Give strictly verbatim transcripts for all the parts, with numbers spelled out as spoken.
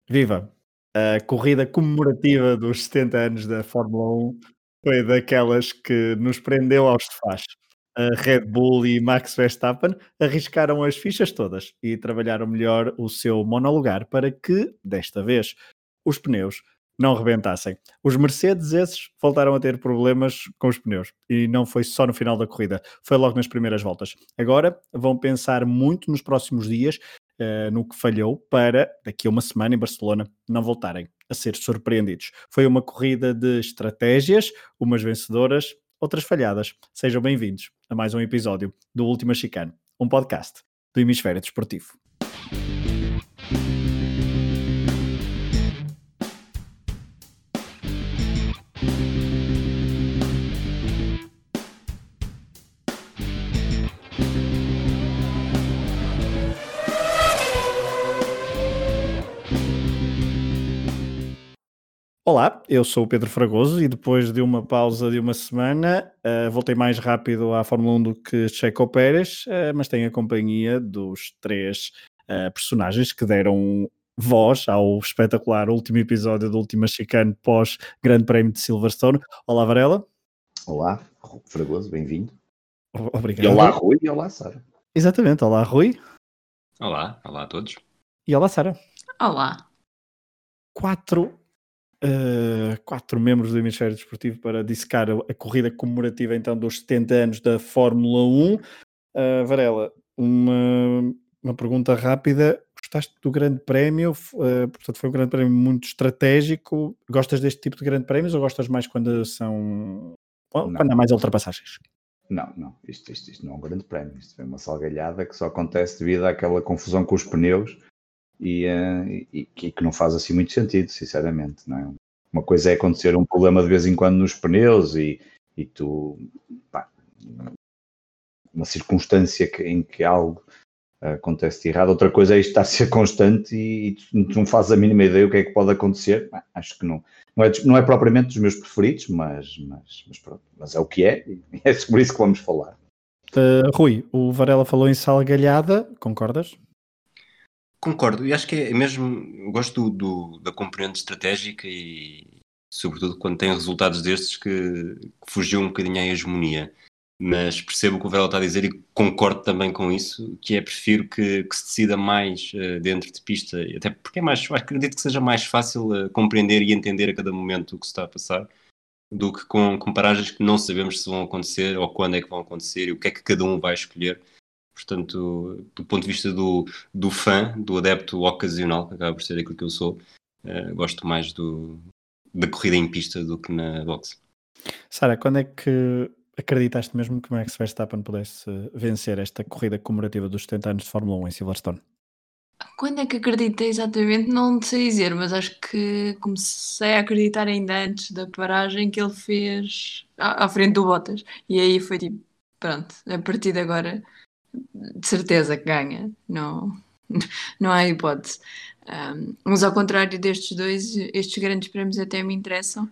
Viva! A corrida comemorativa dos setenta anos da Fórmula um foi daquelas que nos prendeu aos sofás. A Red Bull e Max Verstappen arriscaram as fichas todas e trabalharam melhor o seu monolugar para que, desta vez, os pneus não rebentassem. Os Mercedes, esses, voltaram a ter problemas com os pneus e não foi só no final da corrida, foi logo nas primeiras voltas. Agora vão pensar muito nos próximos dias eh, no que falhou para, daqui a uma semana em Barcelona, não voltarem a ser surpreendidos. Foi uma corrida de estratégias, umas vencedoras, outras falhadas. Sejam bem-vindos a mais um episódio do Última Chicane, um podcast do Hemisfério Desportivo. Olá, eu sou o Pedro Fragoso e depois de uma pausa de uma semana uh, voltei mais rápido à Fórmula um do que Checo Pérez, uh, mas tenho a companhia dos três uh, personagens que deram voz ao espetacular último episódio do Última Chicane pós Grande Prémio de Silverstone. Olá, Varela. Olá, Fragoso, bem-vindo. O- Obrigado. E olá, Rui, e olá, Sara. Exatamente, olá, Rui. Olá, olá a todos. E olá, Sara. Olá. Quatro Uh, quatro membros do Hemisfério Desportivo para dissecar a, a corrida comemorativa então dos setenta anos da Fórmula um. Uh, Varela, uma, uma pergunta rápida. Gostaste do Grande Prémio? Uh, portanto, foi um Grande Prémio muito estratégico. Gostas deste tipo de Grande Prémios ou gostas mais quando são quando Não. há mais ultrapassagens? Não, não, isto, isto, isto não é um grande prémio, isto é uma salgalhada que só acontece devido àquela confusão com os pneus e, uh, e, e que não faz assim muito sentido, sinceramente, não é? Uma coisa é acontecer um problema de vez em quando nos pneus e, e tu, pá, uma circunstância que, em que algo uh, acontece de errado, outra coisa é isto estar a ser constante e, e tu, tu não fazes a mínima ideia o que é que pode acontecer. Bah, acho que não, não é, não é propriamente dos meus preferidos, mas, mas, mas pronto, mas é o que é e é sobre isso que vamos falar. Uh, Rui, o Varela falou em salgalhada, concordas? Concordo, e acho que é mesmo, eu gosto do, do- da componente estratégica e sobretudo quando tem resultados destes que, que fugiu um bocadinho à hegemonia, mas percebo o que o Vela está a dizer e concordo também com isso, que é prefiro que, que se decida mais eh, dentro de pista, até porque é mais, eu acredito que seja mais fácil eh, compreender e entender a cada momento o que se está a passar, do que com, com paragens que não sabemos se vão acontecer ou quando é que vão acontecer e o que é que cada um vai escolher. Portanto, do ponto de vista do, do fã, do adepto ocasional, que acaba por ser aquilo que eu sou, eh, gosto mais do, da corrida em pista do que na boxe. Sara, quando é que acreditaste mesmo que Max Verstappen pudesse vencer esta corrida comemorativa dos setenta anos de Fórmula um em Silverstone? Quando é que acreditei exatamente? Não sei dizer, mas acho que comecei a acreditar ainda antes da paragem que ele fez à, à frente do Bottas. E aí foi tipo, pronto, a partir de agora, de certeza que ganha. Não, não há hipótese. Um, mas ao contrário destes dois, estes grandes prémios até me interessam.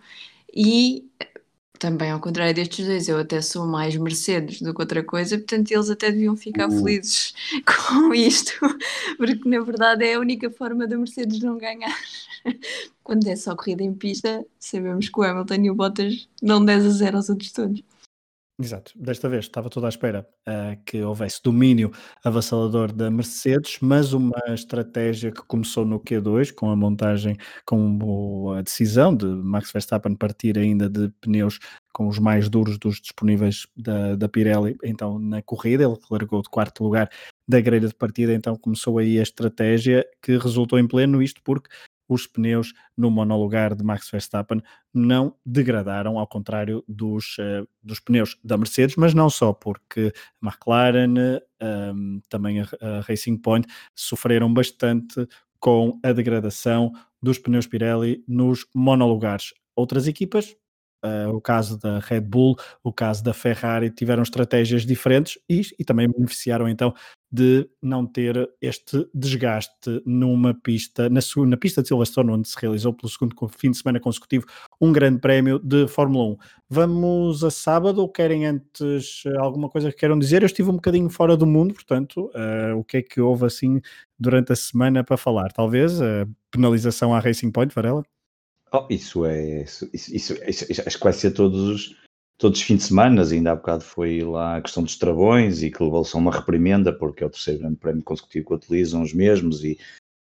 E também ao contrário destes dois, eu até sou mais Mercedes do que outra coisa, portanto eles até deviam ficar Uh. felizes com isto, porque na verdade é a única forma da Mercedes não ganhar. Quando é só corrida em pista, sabemos que o Hamilton e o Bottas dão dez a zero aos outros todos. Exato, desta vez estava toda à espera uh, que houvesse domínio avassalador da Mercedes, mas uma estratégia que começou no Q dois, com a montagem, com o- a decisão de Max Verstappen partir ainda de pneus com os mais duros dos disponíveis da, da Pirelli, então na corrida, ele largou de quarto lugar da grelha de partida, então começou aí a estratégia que resultou em pleno, isto porque os pneus no monolugar de Max Verstappen não degradaram, ao contrário dos, uh, dos pneus da Mercedes, mas não só, porque a McLaren, um, também a, a Racing Point, sofreram bastante com a degradação dos pneus Pirelli nos monolugares. Outras equipas uh, o caso da Red Bull, o caso da Ferrari, tiveram estratégias diferentes e, e também beneficiaram então de não ter este desgaste numa pista, na, na pista de Silverstone, onde se realizou pelo segundo fim de semana consecutivo um grande prémio de Fórmula um. Vamos a sábado ou querem antes alguma coisa que queiram dizer? Eu estive um bocadinho fora do mundo, portanto, uh, o que é que houve assim durante a semana para falar? Talvez a penalização à Racing Point, Varela? Oh, isso é, isso, isso, isso, isso, acho que vai ser todos os, todos os fins de semana, ainda há bocado foi lá a questão dos travões e que levou só uma reprimenda, porque é o terceiro grande prémio consecutivo que utilizam os mesmos e,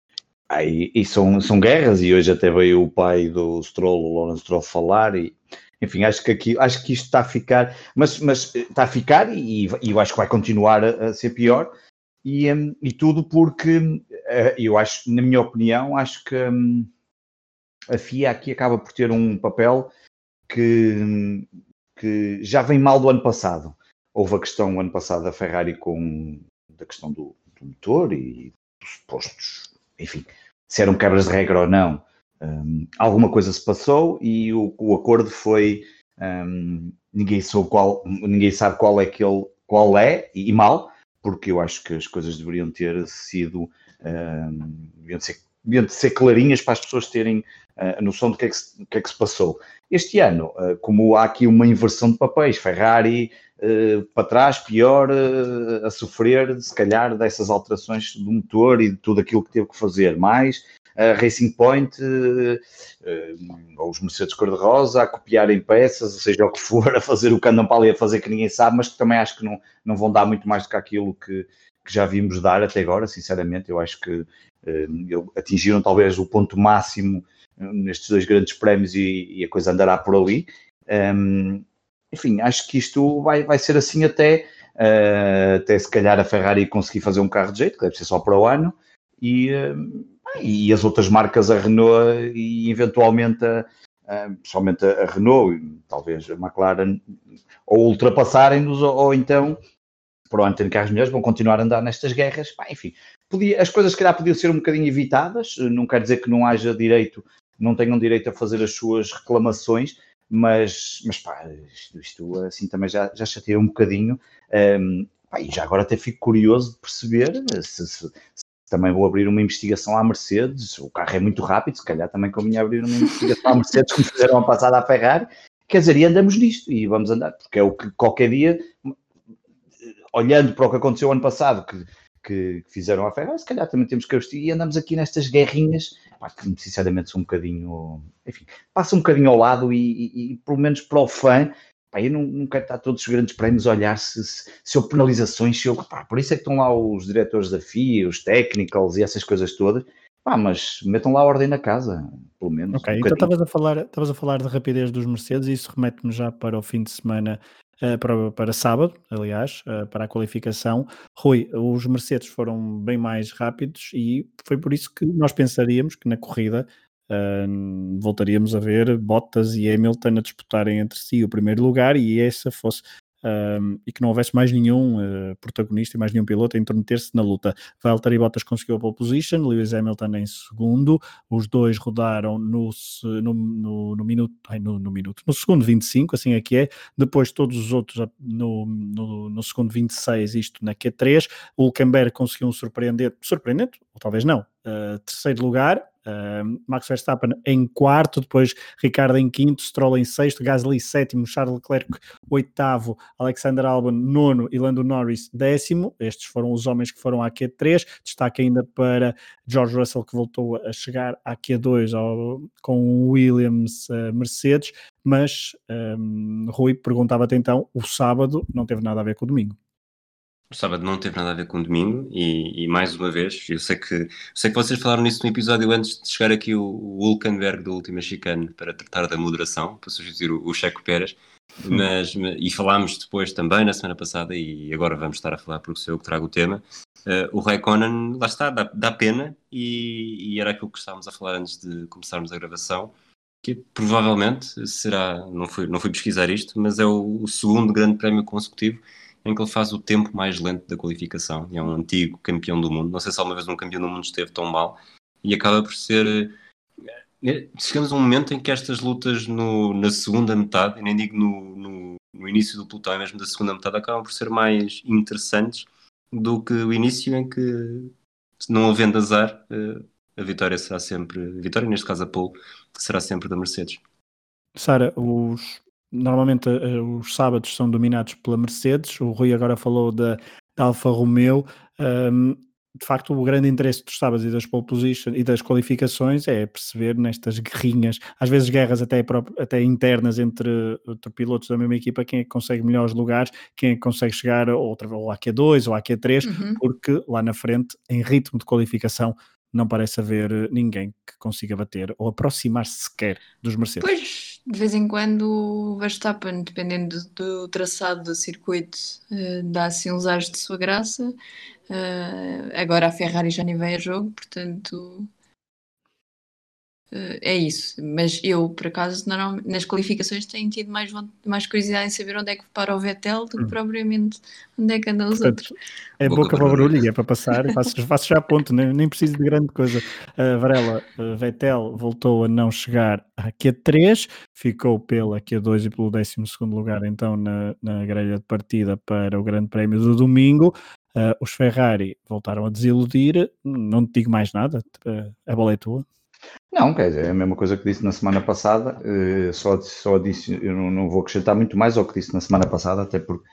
aí, e são, são guerras, e hoje até veio o pai do Stroll, o Lawrence Stroll, falar e, enfim, acho que, aqui, acho que isto está a ficar, mas, mas está a ficar e, e eu acho que vai continuar a, a ser pior e, um, e tudo porque, uh, eu acho, na minha opinião, acho que um, a F I A aqui acaba por ter um papel que, que já vem mal do ano passado. Houve a questão, o ano passado, da Ferrari com da questão do, do motor e dos supostos, enfim, se eram quebras de regra ou não. Um, alguma coisa se passou e o, o acordo foi, um, ninguém, soube qual, ninguém sabe qual é, aquele, qual é e, e mal, porque eu acho que as coisas deveriam ter sido, um, deveriam ser deviam ser clarinhas para as pessoas terem uh, a noção do que, é que, se, que é que se passou. Este ano, uh, como há aqui uma inversão de papéis, Ferrari uh, para trás, pior, uh, a sofrer, se calhar, dessas alterações do motor e de tudo aquilo que teve que fazer, mais a Racing Point, uh, uh, ou os Mercedes cor-de-rosa, a copiarem peças, ou seja, o que for, a fazer o que andam para ali a fazer que ninguém sabe, mas que também acho que não, não vão dar muito mais do que aquilo que, que já vimos dar até agora, sinceramente. Eu acho que uh, atingiram talvez o ponto máximo nestes dois grandes prémios e, e a coisa andará por ali. Um, enfim, acho que isto vai, vai ser assim até, uh, até se calhar a Ferrari conseguir fazer um carro de jeito, que deve ser só para o ano, e, uh, e as outras marcas, a Renault e eventualmente, a, a, principalmente a Renault, e talvez a McLaren, ou ultrapassarem-nos, ou, ou então, para o ano terem carros melhores, vão continuar a andar nestas guerras. Pá, enfim, podia, as coisas se calhar podiam ser um bocadinho evitadas, não quer dizer que não haja direito, não tenham direito a fazer as suas reclamações, mas, mas pá, isto, isto assim também já, já chateia um bocadinho, um, pá, e já agora até fico curioso de perceber se, se, se também vou abrir uma investigação à Mercedes. O carro é muito rápido, se calhar também convinha abrir uma investigação à Mercedes, como fizeram a passada à Ferrari, quer dizer, e andamos nisto, e vamos andar, porque é o que qualquer dia, olhando para o que aconteceu ano passado, que que fizeram a Ferrari, se calhar também temos que assistir, e andamos aqui nestas guerrinhas, pá, que sinceramente são um bocadinho, enfim, passa um bocadinho ao lado e, e, e pelo menos para o fã, pá, eu não, não quero estar todos os grandes prémios a olhar se, se, se houve penalizações, se houve, pá, por isso é que estão lá os diretores da F I A, os technicals e essas coisas todas, pá, mas metam lá a ordem na casa, pelo menos. Ok, um então estavas a falar, estavas a falar de rapidez dos Mercedes e isso remete-me já para o fim de semana, uh, para, para sábado, aliás, uh, para a qualificação. Rui, os Mercedes foram bem mais rápidos e foi por isso que nós pensaríamos que na corrida uh, voltaríamos a ver Bottas e Hamilton a disputarem entre si o primeiro lugar e essa fosse... Um, e que não houvesse mais nenhum uh, protagonista e mais nenhum piloto a intrometer-se na luta. Valtteri Bottas conseguiu a pole position, Lewis Hamilton em segundo, os dois rodaram no, no, no, no minuto, ai, no, no minuto, no segundo vinte e cinco, assim é que é, depois todos os outros no, no, no segundo vinte e seis, isto na Q três, o Hülkenberg conseguiu um surpreendente, surpreendente, ou talvez não, uh, terceiro lugar, Uh, Max Verstappen em quarto, depois Ricardo em quinto, Stroll em sexto, Gasly sétimo, Charles Leclerc oitavo, Alexander Albon nono e Lando Norris décimo. Estes foram os homens que foram à Q três. Destaque ainda para George Russell, que voltou a chegar à Q dois ao, com o Williams uh, Mercedes, mas um, Rui, perguntava-te então, o sábado não teve nada a ver com o domingo. O sábado não teve nada a ver com o domingo e, e mais uma vez, eu sei que, eu sei que vocês falaram nisso no episódio antes de chegar aqui o, o Hülkenberg da última chicane para tratar da moderação, para substituir o, o Checo Pérez, mas, e falámos depois também na semana passada e agora vamos estar a falar porque sou eu que trago o tema. Uh, o Raikkonen, lá está, dá, dá pena e, e era aquilo que estávamos a falar antes de começarmos a gravação, que provavelmente será, não fui, não fui pesquisar isto, mas é o, o segundo grande prémio consecutivo em que ele faz o tempo mais lento da qualificação. É um antigo campeão do mundo. Não sei se alguma vez um campeão do mundo esteve tão mal. E acaba por ser... Chegamos a um momento em que estas lutas no, na segunda metade, eu nem digo no, no, no início do pelotão, mesmo da segunda metade, acabam por ser mais interessantes do que o início, em que, não havendo azar, a vitória será sempre, a vitória neste caso a pole, será sempre da Mercedes. Sara, os, normalmente uh, os sábados são dominados pela Mercedes, o Rui agora falou da, da Alfa Romeo. Um, de facto, o grande interesse dos sábados e das pole position e das qualificações é perceber nestas guerrinhas, às vezes guerras até, próprio, até internas entre, entre pilotos da mesma equipa, quem é que consegue melhores lugares, quem é que consegue chegar outra, ou a Q dois ou a Q três, Uhum. porque lá na frente, em ritmo de qualificação, não parece haver ninguém que consiga bater ou aproximar-se sequer dos Mercedes. Pois, de vez em quando o Verstappen, dependendo do, do traçado do circuito, uh, dá assim uns ares de sua graça. Uh, agora a Ferrari já nem vem a jogo, portanto uh, é isso. Mas eu, por acaso, não, nas qualificações tenho tido mais, mais curiosidade em saber onde é que para o Vettel do que propriamente onde é que andam os Portanto, outros. é Boca boca para barulho. barulho e é para passar. Faço, faço já ponto, nem, nem preciso de grande coisa. Uh, Varela, uh, Vettel voltou a não chegar à Q três, ficou pela Q dois e pelo décimo segundo lugar, então, na, na grelha de partida para o Grande Prémio do domingo. Uh, os Ferrari voltaram a desiludir. Não te digo mais nada, uh, a bola é tua. Não, quer dizer, é a mesma coisa que disse na semana passada, uh, só, só disse, eu não, não vou acrescentar muito mais ao que disse na semana passada, até porque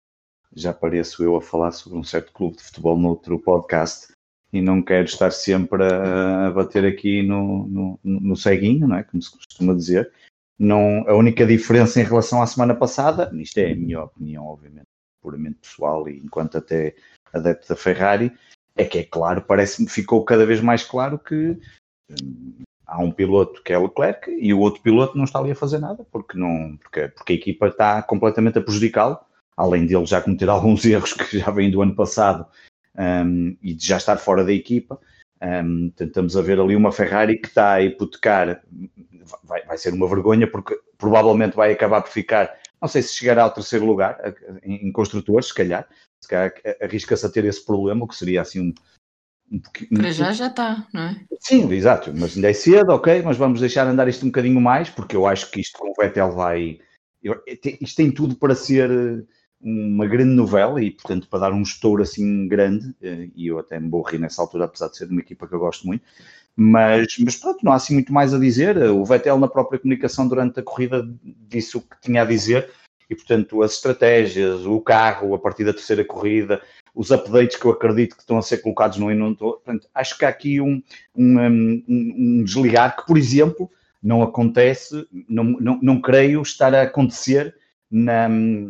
já pareço eu a falar sobre um certo clube de futebol noutro podcast e não quero estar sempre a, a bater aqui no, no, no ceguinho, não é? Como se costuma dizer. Não, a única diferença em relação à semana passada, isto é a minha opinião, obviamente, puramente pessoal e enquanto até adepto da Ferrari, é que é claro, parece-me que ficou cada vez mais claro que hum, há um piloto que é Leclerc e o outro piloto não está ali a fazer nada, porque, não, porque, porque a equipa está completamente a prejudicá-lo, além dele já cometer alguns erros que já vêm do ano passado um, e de já estar fora da equipa. Um, tentamos a ver ali uma Ferrari que está a hipotecar, vai, vai ser uma vergonha, porque provavelmente vai acabar por ficar, não sei se chegará ao terceiro lugar em, em construtores, se calhar, se calhar arrisca-se a ter esse problema, o que seria assim um, um pouquinho... Para já já está, não é? Sim, exato, mas ainda é cedo, ok, mas vamos deixar andar isto um bocadinho mais, porque eu acho que isto com o Vettel vai... Eu, isto tem tudo para ser uma grande novela e, portanto, para dar um estouro assim grande, e eu até me vou rir nessa altura, apesar de ser de uma equipa que eu gosto muito, mas, mas pronto, não há assim muito mais a dizer. O Vettel na própria comunicação durante a corrida disse o que tinha a dizer e, portanto, as estratégias, o carro a partir da terceira corrida, os updates que eu acredito que estão a ser colocados no inundo, portanto, acho que há aqui um, um, um, um desligar que, por exemplo, não acontece, não, não, não creio estar a acontecer na...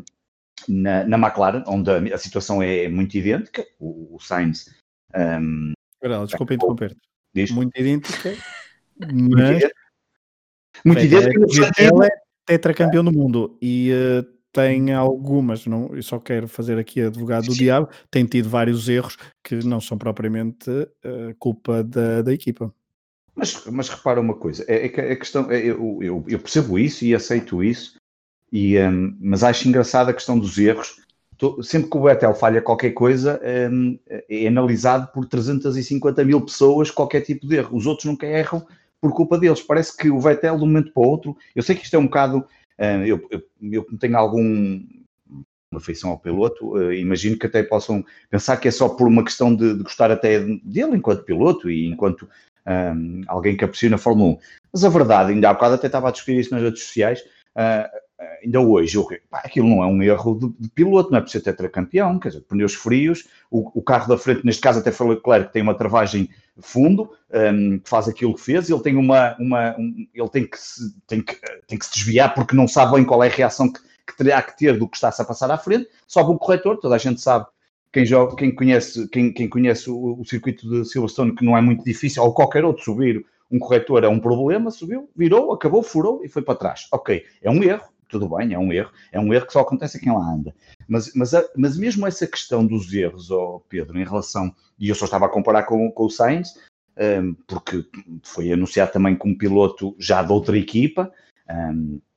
Na, na McLaren, onde a, a situação é muito idêntica, o, o Sainz... Um, Varela, desculpa interromper. Diz? Muito idêntica, muito mas... idêntica. Muito Vettel idêntica no Vettel sentido... é tetracampeão do mundo e uh, tem algumas, não, eu só quero fazer aqui advogado do Sim. diabo, tem tido vários erros que não são propriamente uh, culpa da, da equipa. Mas, mas repara uma coisa, é, é que a questão, é, eu, eu, eu percebo isso e aceito isso, e, um, mas acho engraçada a questão dos erros. Tô, sempre que o Vettel falha qualquer coisa, um, é analisado por trezentas e cinquenta mil pessoas qualquer tipo de erro. Os outros nunca erram por culpa deles. Parece que o Vettel, de um momento para o outro, eu sei que isto é um bocado, um, eu, eu, eu tenho algum afeição ao piloto, uh, imagino que até possam pensar que é só por uma questão de, de gostar até dele enquanto piloto e enquanto um, alguém que aprecia na Fórmula um. Mas a verdade, ainda há bocado até estava a discutir isso nas redes sociais, uh, ainda hoje, eu, pá, aquilo não é um erro de, de piloto, não é por ser tetracampeão, quer dizer, pneus frios, o, o carro da frente, neste caso até foi o Leclerc, que tem uma travagem fundo, um, que faz aquilo que fez, ele tem uma, uma um, ele tem que, se, tem, que, tem que se desviar porque não sabe bem qual é a reação que, que terá que ter do que está-se a passar à frente, sobe um corretor, toda a gente sabe, quem, joga, quem conhece, quem, quem conhece o, o circuito de Silverstone, que não é muito difícil, ou qualquer outro, subir um corretor é um problema, subiu, virou, acabou, furou e foi para trás. Ok, é um erro, tudo bem, é um erro, é um erro que só acontece a quem lá anda. Mas, mas, mas mesmo essa questão dos erros, oh Pedro, em relação, e eu só estava a comparar com, com o Sainz, um, porque foi anunciado também como piloto já de outra equipa, um,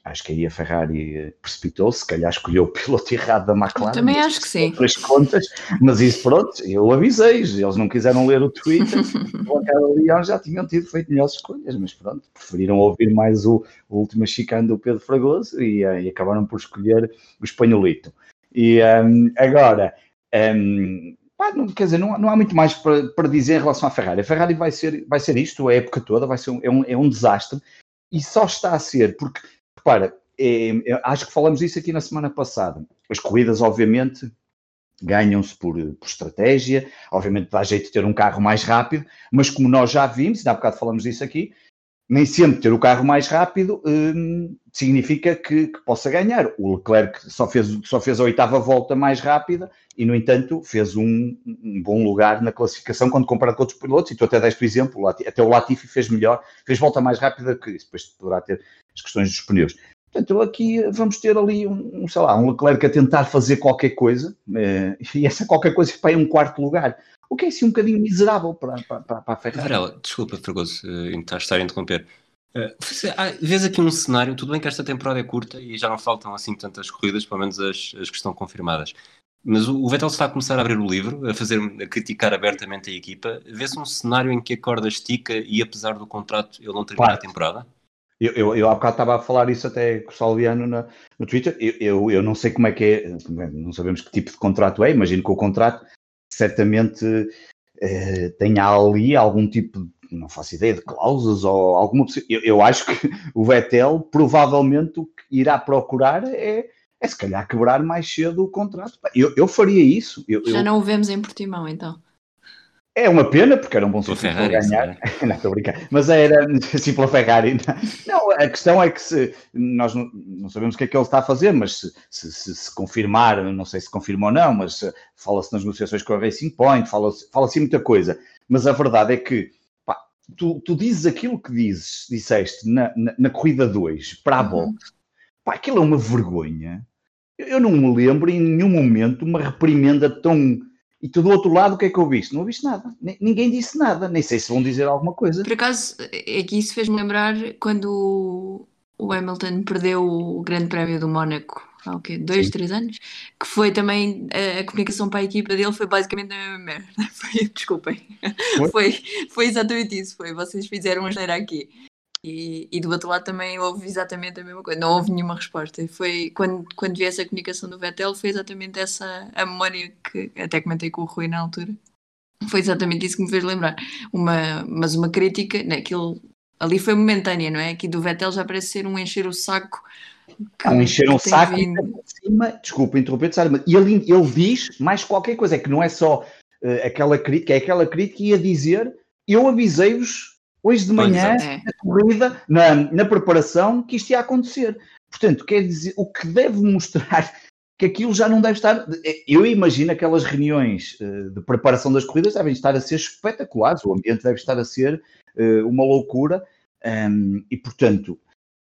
acho que aí a Ferrari precipitou-se, se calhar escolheu o piloto errado da McLaren. Eu também acho que sim. Outras contas, mas isso pronto, eu avisei-os, eles não quiseram ler o Twitter, o Ricardo Leão já tinham tido feito melhores escolhas, mas pronto, preferiram ouvir mais o, o último chicane do Pedro Fragoso e, e acabaram por escolher o espanholito. E um, agora, um, pá, não, quer dizer, não, não há muito mais para, para dizer em relação à Ferrari. A Ferrari vai ser, vai ser isto a época toda, vai ser um, é, um, é um desastre e só está a ser, porque, repara, é, é, acho que falamos disso aqui na semana passada. As corridas, obviamente, ganham-se por, por estratégia, obviamente dá jeito de ter um carro mais rápido, mas como nós já vimos, e há bocado falamos disso aqui, nem sempre ter o carro mais rápido hum, significa que, que possa ganhar. O Leclerc só fez, só fez a oitava volta mais rápida e, no entanto, fez um, um bom lugar na classificação quando comparado com outros pilotos, e tu até deste o exemplo, até o Latifi fez melhor, fez volta mais rápida que isso, depois poderá ter as questões dos pneus. Portanto, aqui vamos ter ali um, sei lá, um Leclerc a tentar fazer qualquer coisa, eh, e essa qualquer coisa para ir um quarto lugar. O que é assim um bocadinho miserável para, para, para a Ferrari. Varela, desculpa, Fragoso, uh, estar a interromper. Uh, vês aqui um cenário, tudo bem que esta temporada é curta e já não faltam assim tantas corridas, pelo menos as, as que estão confirmadas. Mas o, o Vettel está a começar a abrir o livro, a fazer, a criticar abertamente a equipa. Vê-se um cenário em que a corda estica e, apesar do contrato, ele não termina a temporada? Eu, eu, eu há bocado estava a falar isso até com o Salviano na, no Twitter. Eu, eu, eu não sei como é que é, não sabemos que tipo de contrato é. Imagino que o contrato certamente eh, tenha ali algum tipo de, não faço ideia, de cláusulas ou alguma possibilidade. Eu, eu acho que o Vettel provavelmente o que irá procurar é, é se calhar quebrar mais cedo o contrato. Eu, eu faria isso. Eu, Já eu... não o vemos em Portimão, então. É uma pena, porque era um bom sítio para ganhar. É? Não, estou a brincar. Mas era assim pela Ferrari. Não, a questão é que se, nós não, não sabemos o que é que ele está a fazer, mas se, se, se, se confirmar, não sei se confirma ou não, mas fala-se nas negociações com a Racing Point, fala-se fala muita coisa. Mas a verdade é que pá, tu, tu dizes aquilo que dizes, disseste na, na, na corrida dois para a boxe. Uhum. Pá, aquilo é uma vergonha. Eu, eu não me lembro em nenhum momento uma reprimenda tão... E tu do outro lado, o que é que eu viste? Não ouviste nada. Ninguém disse nada. Nem sei se vão dizer alguma coisa. Por acaso, é que isso fez-me lembrar quando o Hamilton perdeu o Grande Prémio do Mónaco há o quê? Dois, Sim. três anos? Que foi também, a, a comunicação para a equipa dele foi basicamente a mesma merda. Foi, desculpem. Foi? foi, foi exatamente isso. Foi, vocês fizeram a geneira aqui. E, e do outro lado também houve exatamente a mesma coisa, não houve nenhuma resposta. E foi quando, quando vi essa comunicação do Vettel, foi exatamente essa a memória que até comentei com o Rui na altura. Foi exatamente isso que me fez lembrar. Uma, mas uma crítica, né, aquilo, ali foi momentânea, não é? Aqui do Vettel já parece ser um encher o saco. Que, um encher um saco vindo... e por cima, desculpa interromper, mas ele, ele diz mais qualquer coisa, é que não é só uh, aquela crítica, é aquela crítica e ia dizer, eu avisei-vos hoje de manhã, é. na corrida, na, na preparação, que isto ia acontecer. Portanto, quer dizer, o que deve mostrar que aquilo já não deve estar... Eu imagino aquelas reuniões uh, de preparação das corridas devem estar a ser espetaculares, o ambiente deve estar a ser uh, uma loucura, um, e portanto,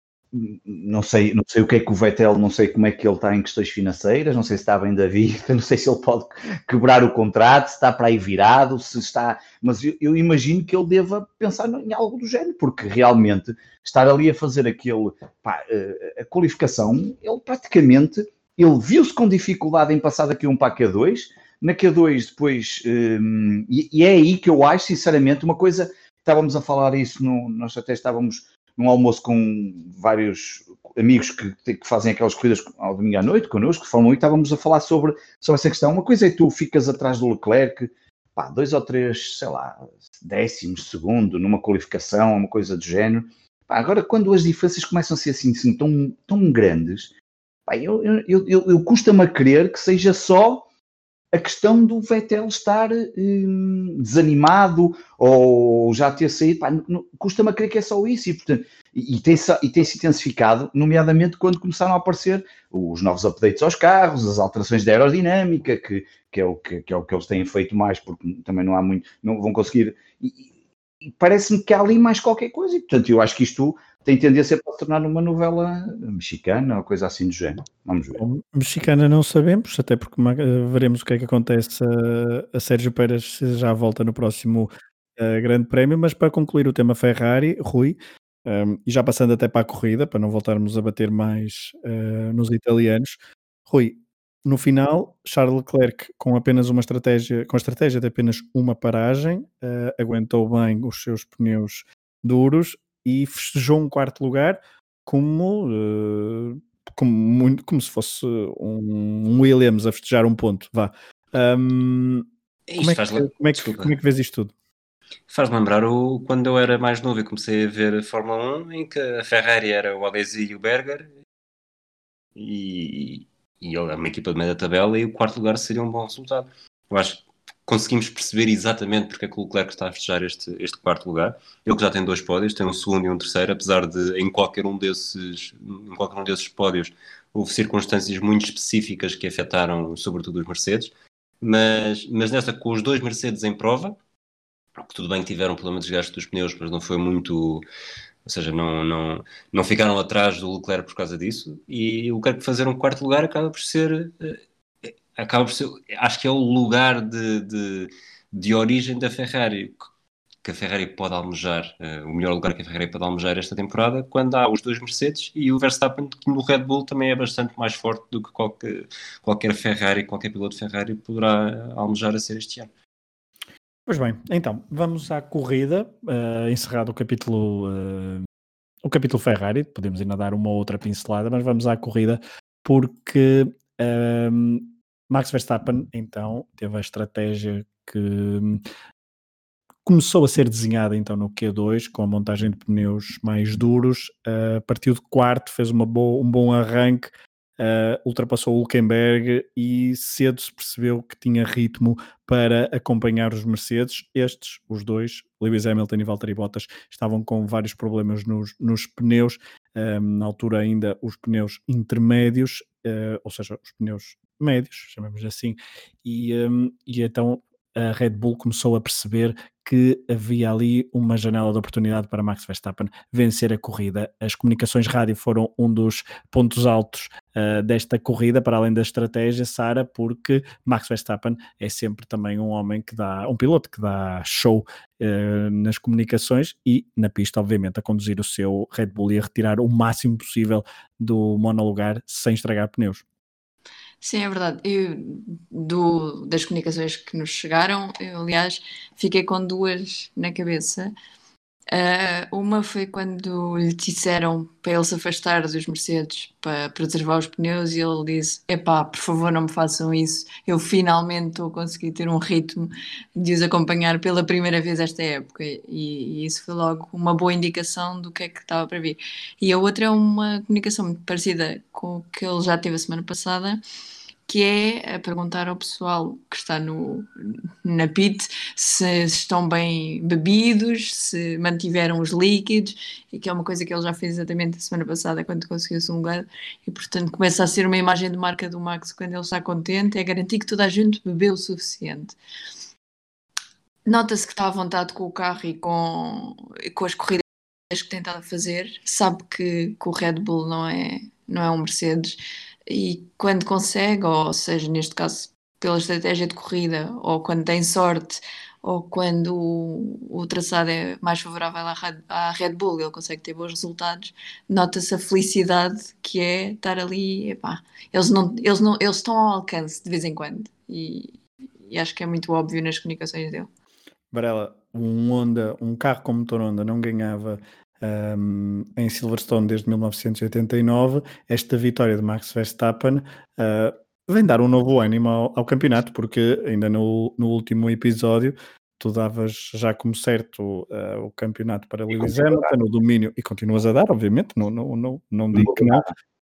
não sei, não sei o que é que o Vettel, não sei como é que ele está em questões financeiras, não sei se está bem da vida, não sei se ele pode quebrar o contrato, se está para aí virado, se está... Mas eu, eu imagino que ele deva pensar em algo do género, porque realmente estar ali a fazer aquele... Pá, a qualificação, ele praticamente... Ele viu-se com dificuldade em passar daqui um para a Q dois, na Q dois depois... Hum, e, e é aí que eu acho, sinceramente, uma coisa... Estávamos a falar isso, no, nós até estávamos... num almoço com vários amigos que, que fazem aquelas corridas ao domingo à noite, connosco, de Fórmula um, e estávamos a falar sobre, sobre essa questão. Uma coisa é tu ficas atrás do Leclerc, pá, dois ou três, sei lá, décimos, segundo, numa qualificação, uma coisa do género. Pá, agora, quando as diferenças começam a ser assim, assim tão, tão grandes, pá, eu, eu, eu, eu, eu custa-me a crer que seja só a questão do Vettel estar hum, desanimado ou já ter saído, pá, custa-me a crer que é só isso, e, portanto, e, e, tem-se, e tem-se intensificado, nomeadamente quando começaram a aparecer os novos updates aos carros, as alterações de aerodinâmica, que, que, é, o, que, que é o que eles têm feito mais, porque também não há muito, não vão conseguir, e, e parece-me que há ali mais qualquer coisa, e portanto eu acho que isto tem tendência para se tornar uma novela mexicana ou coisa assim do género. Vamos ver. Bom, mexicana não sabemos, até porque veremos o que é que acontece a, a Sérgio Pérez, se já volta no próximo uh, Grande Prémio. Mas para concluir o tema Ferrari, Rui, Um, e já passando até para a corrida, para não voltarmos a bater mais uh, nos italianos, Rui, no final, Charles Leclerc, com apenas uma estratégia, com a estratégia de apenas uma paragem, uh, aguentou bem os seus pneus duros e festejou um quarto lugar como, uh, como, muito, como se fosse um, um Williams a festejar um ponto. Vá. Um, como, é que, como, é que, como é que vês isto tudo? Faz-me lembrar o, quando eu era mais novo e comecei a ver a Fórmula um, em que a Ferrari era o Alesi e o Berger, e, e ele é uma equipa de meia tabela, e o quarto lugar seria um bom resultado. Eu acho que conseguimos perceber exatamente porque é que o Leclerc está a festejar este, este quarto lugar. Ele que já tem dois pódios, tem um segundo e um terceiro, apesar de em qualquer um desses, em qualquer um desses pódios houve circunstâncias muito específicas que afetaram sobretudo os Mercedes, mas, mas nessa, com os dois Mercedes em prova, que tudo bem que tiveram problema de desgaste dos pneus, mas não foi muito, ou seja, não, não, não ficaram atrás do Leclerc por causa disso, e o Leclerc fazer um quarto lugar acaba por ser, acaba por ser, acho que é o lugar de, de, de origem da Ferrari, que a Ferrari pode almejar, o melhor lugar que a Ferrari pode almejar esta temporada, quando há os dois Mercedes e o Verstappen, que no Red Bull também é bastante mais forte do que qualquer, qualquer Ferrari, qualquer piloto Ferrari poderá almejar a ser este ano. Pois bem, então, vamos à corrida, uh, encerrado o capítulo, uh, o capítulo Ferrari, podemos ainda dar uma outra pincelada, mas vamos à corrida, porque uh, Max Verstappen, então, teve a estratégia que começou a ser desenhada, então, no Q dois, com a montagem de pneus mais duros, uh, partiu de quarto, fez uma boa, um bom arranque, Uh, ultrapassou o Hülkenberg e cedo se percebeu que tinha ritmo para acompanhar os Mercedes. Estes, os dois, Lewis Hamilton e Valtteri Bottas, estavam com vários problemas nos, nos pneus, um, na altura ainda os pneus intermédios, uh, ou seja, os pneus médios, chamamos assim, e, um, e então a Red Bull começou a perceber que havia ali uma janela de oportunidade para Max Verstappen vencer a corrida. As comunicações rádio foram um dos pontos altos uh, desta corrida, para além da estratégia, Sara, porque Max Verstappen é sempre também um homem que dá, um piloto que dá show uh, nas comunicações e na pista, obviamente, a conduzir o seu Red Bull e a retirar o máximo possível do monolugar sem estragar pneus. Sim, é verdade. Eu, do, das comunicações que nos chegaram, eu, aliás, fiquei com duas na cabeça. Uh, uma foi quando lhe disseram para ele se afastar dos Mercedes para preservar os pneus e ele disse, epá, por favor não me façam isso, eu finalmente estou a conseguir ter um ritmo de os acompanhar pela primeira vez esta época, e, e isso foi logo uma boa indicação do que é que estava para vir. E a outra é uma comunicação muito parecida com o que ele já teve a semana passada, que é a perguntar ao pessoal que está no, na pit se estão bem bebidos, se mantiveram os líquidos, e que é uma coisa que ele já fez exatamente a semana passada quando conseguiu-se um lugar, e portanto começa a ser uma imagem de marca do Max quando ele está contente, é garantir que toda a gente bebeu o suficiente. Nota-se que está à vontade com o carro e com, e com as corridas que tem estado a fazer, sabe que, que o Red Bull não é, não é um Mercedes, e quando consegue, ou seja, neste caso pela estratégia de corrida, ou quando tem sorte, ou quando o, o traçado é mais favorável à, à Red Bull, ele consegue ter bons resultados, nota-se a felicidade que é estar ali, epá, eles, não, eles, não, eles estão ao alcance de vez em quando, e, e acho que é muito óbvio nas comunicações dele. Varela, um Honda, um carro com motor Honda não ganhava um, em Silverstone desde mil novecentos e oitenta e nove. Esta vitória de Max Verstappen uh, vem dar um novo ânimo ao, ao campeonato, porque ainda no, no último episódio tu davas já como certo uh, o campeonato para Lewis Hamilton, o domínio, e continuas a dar, obviamente, não, não, não, não digo que não,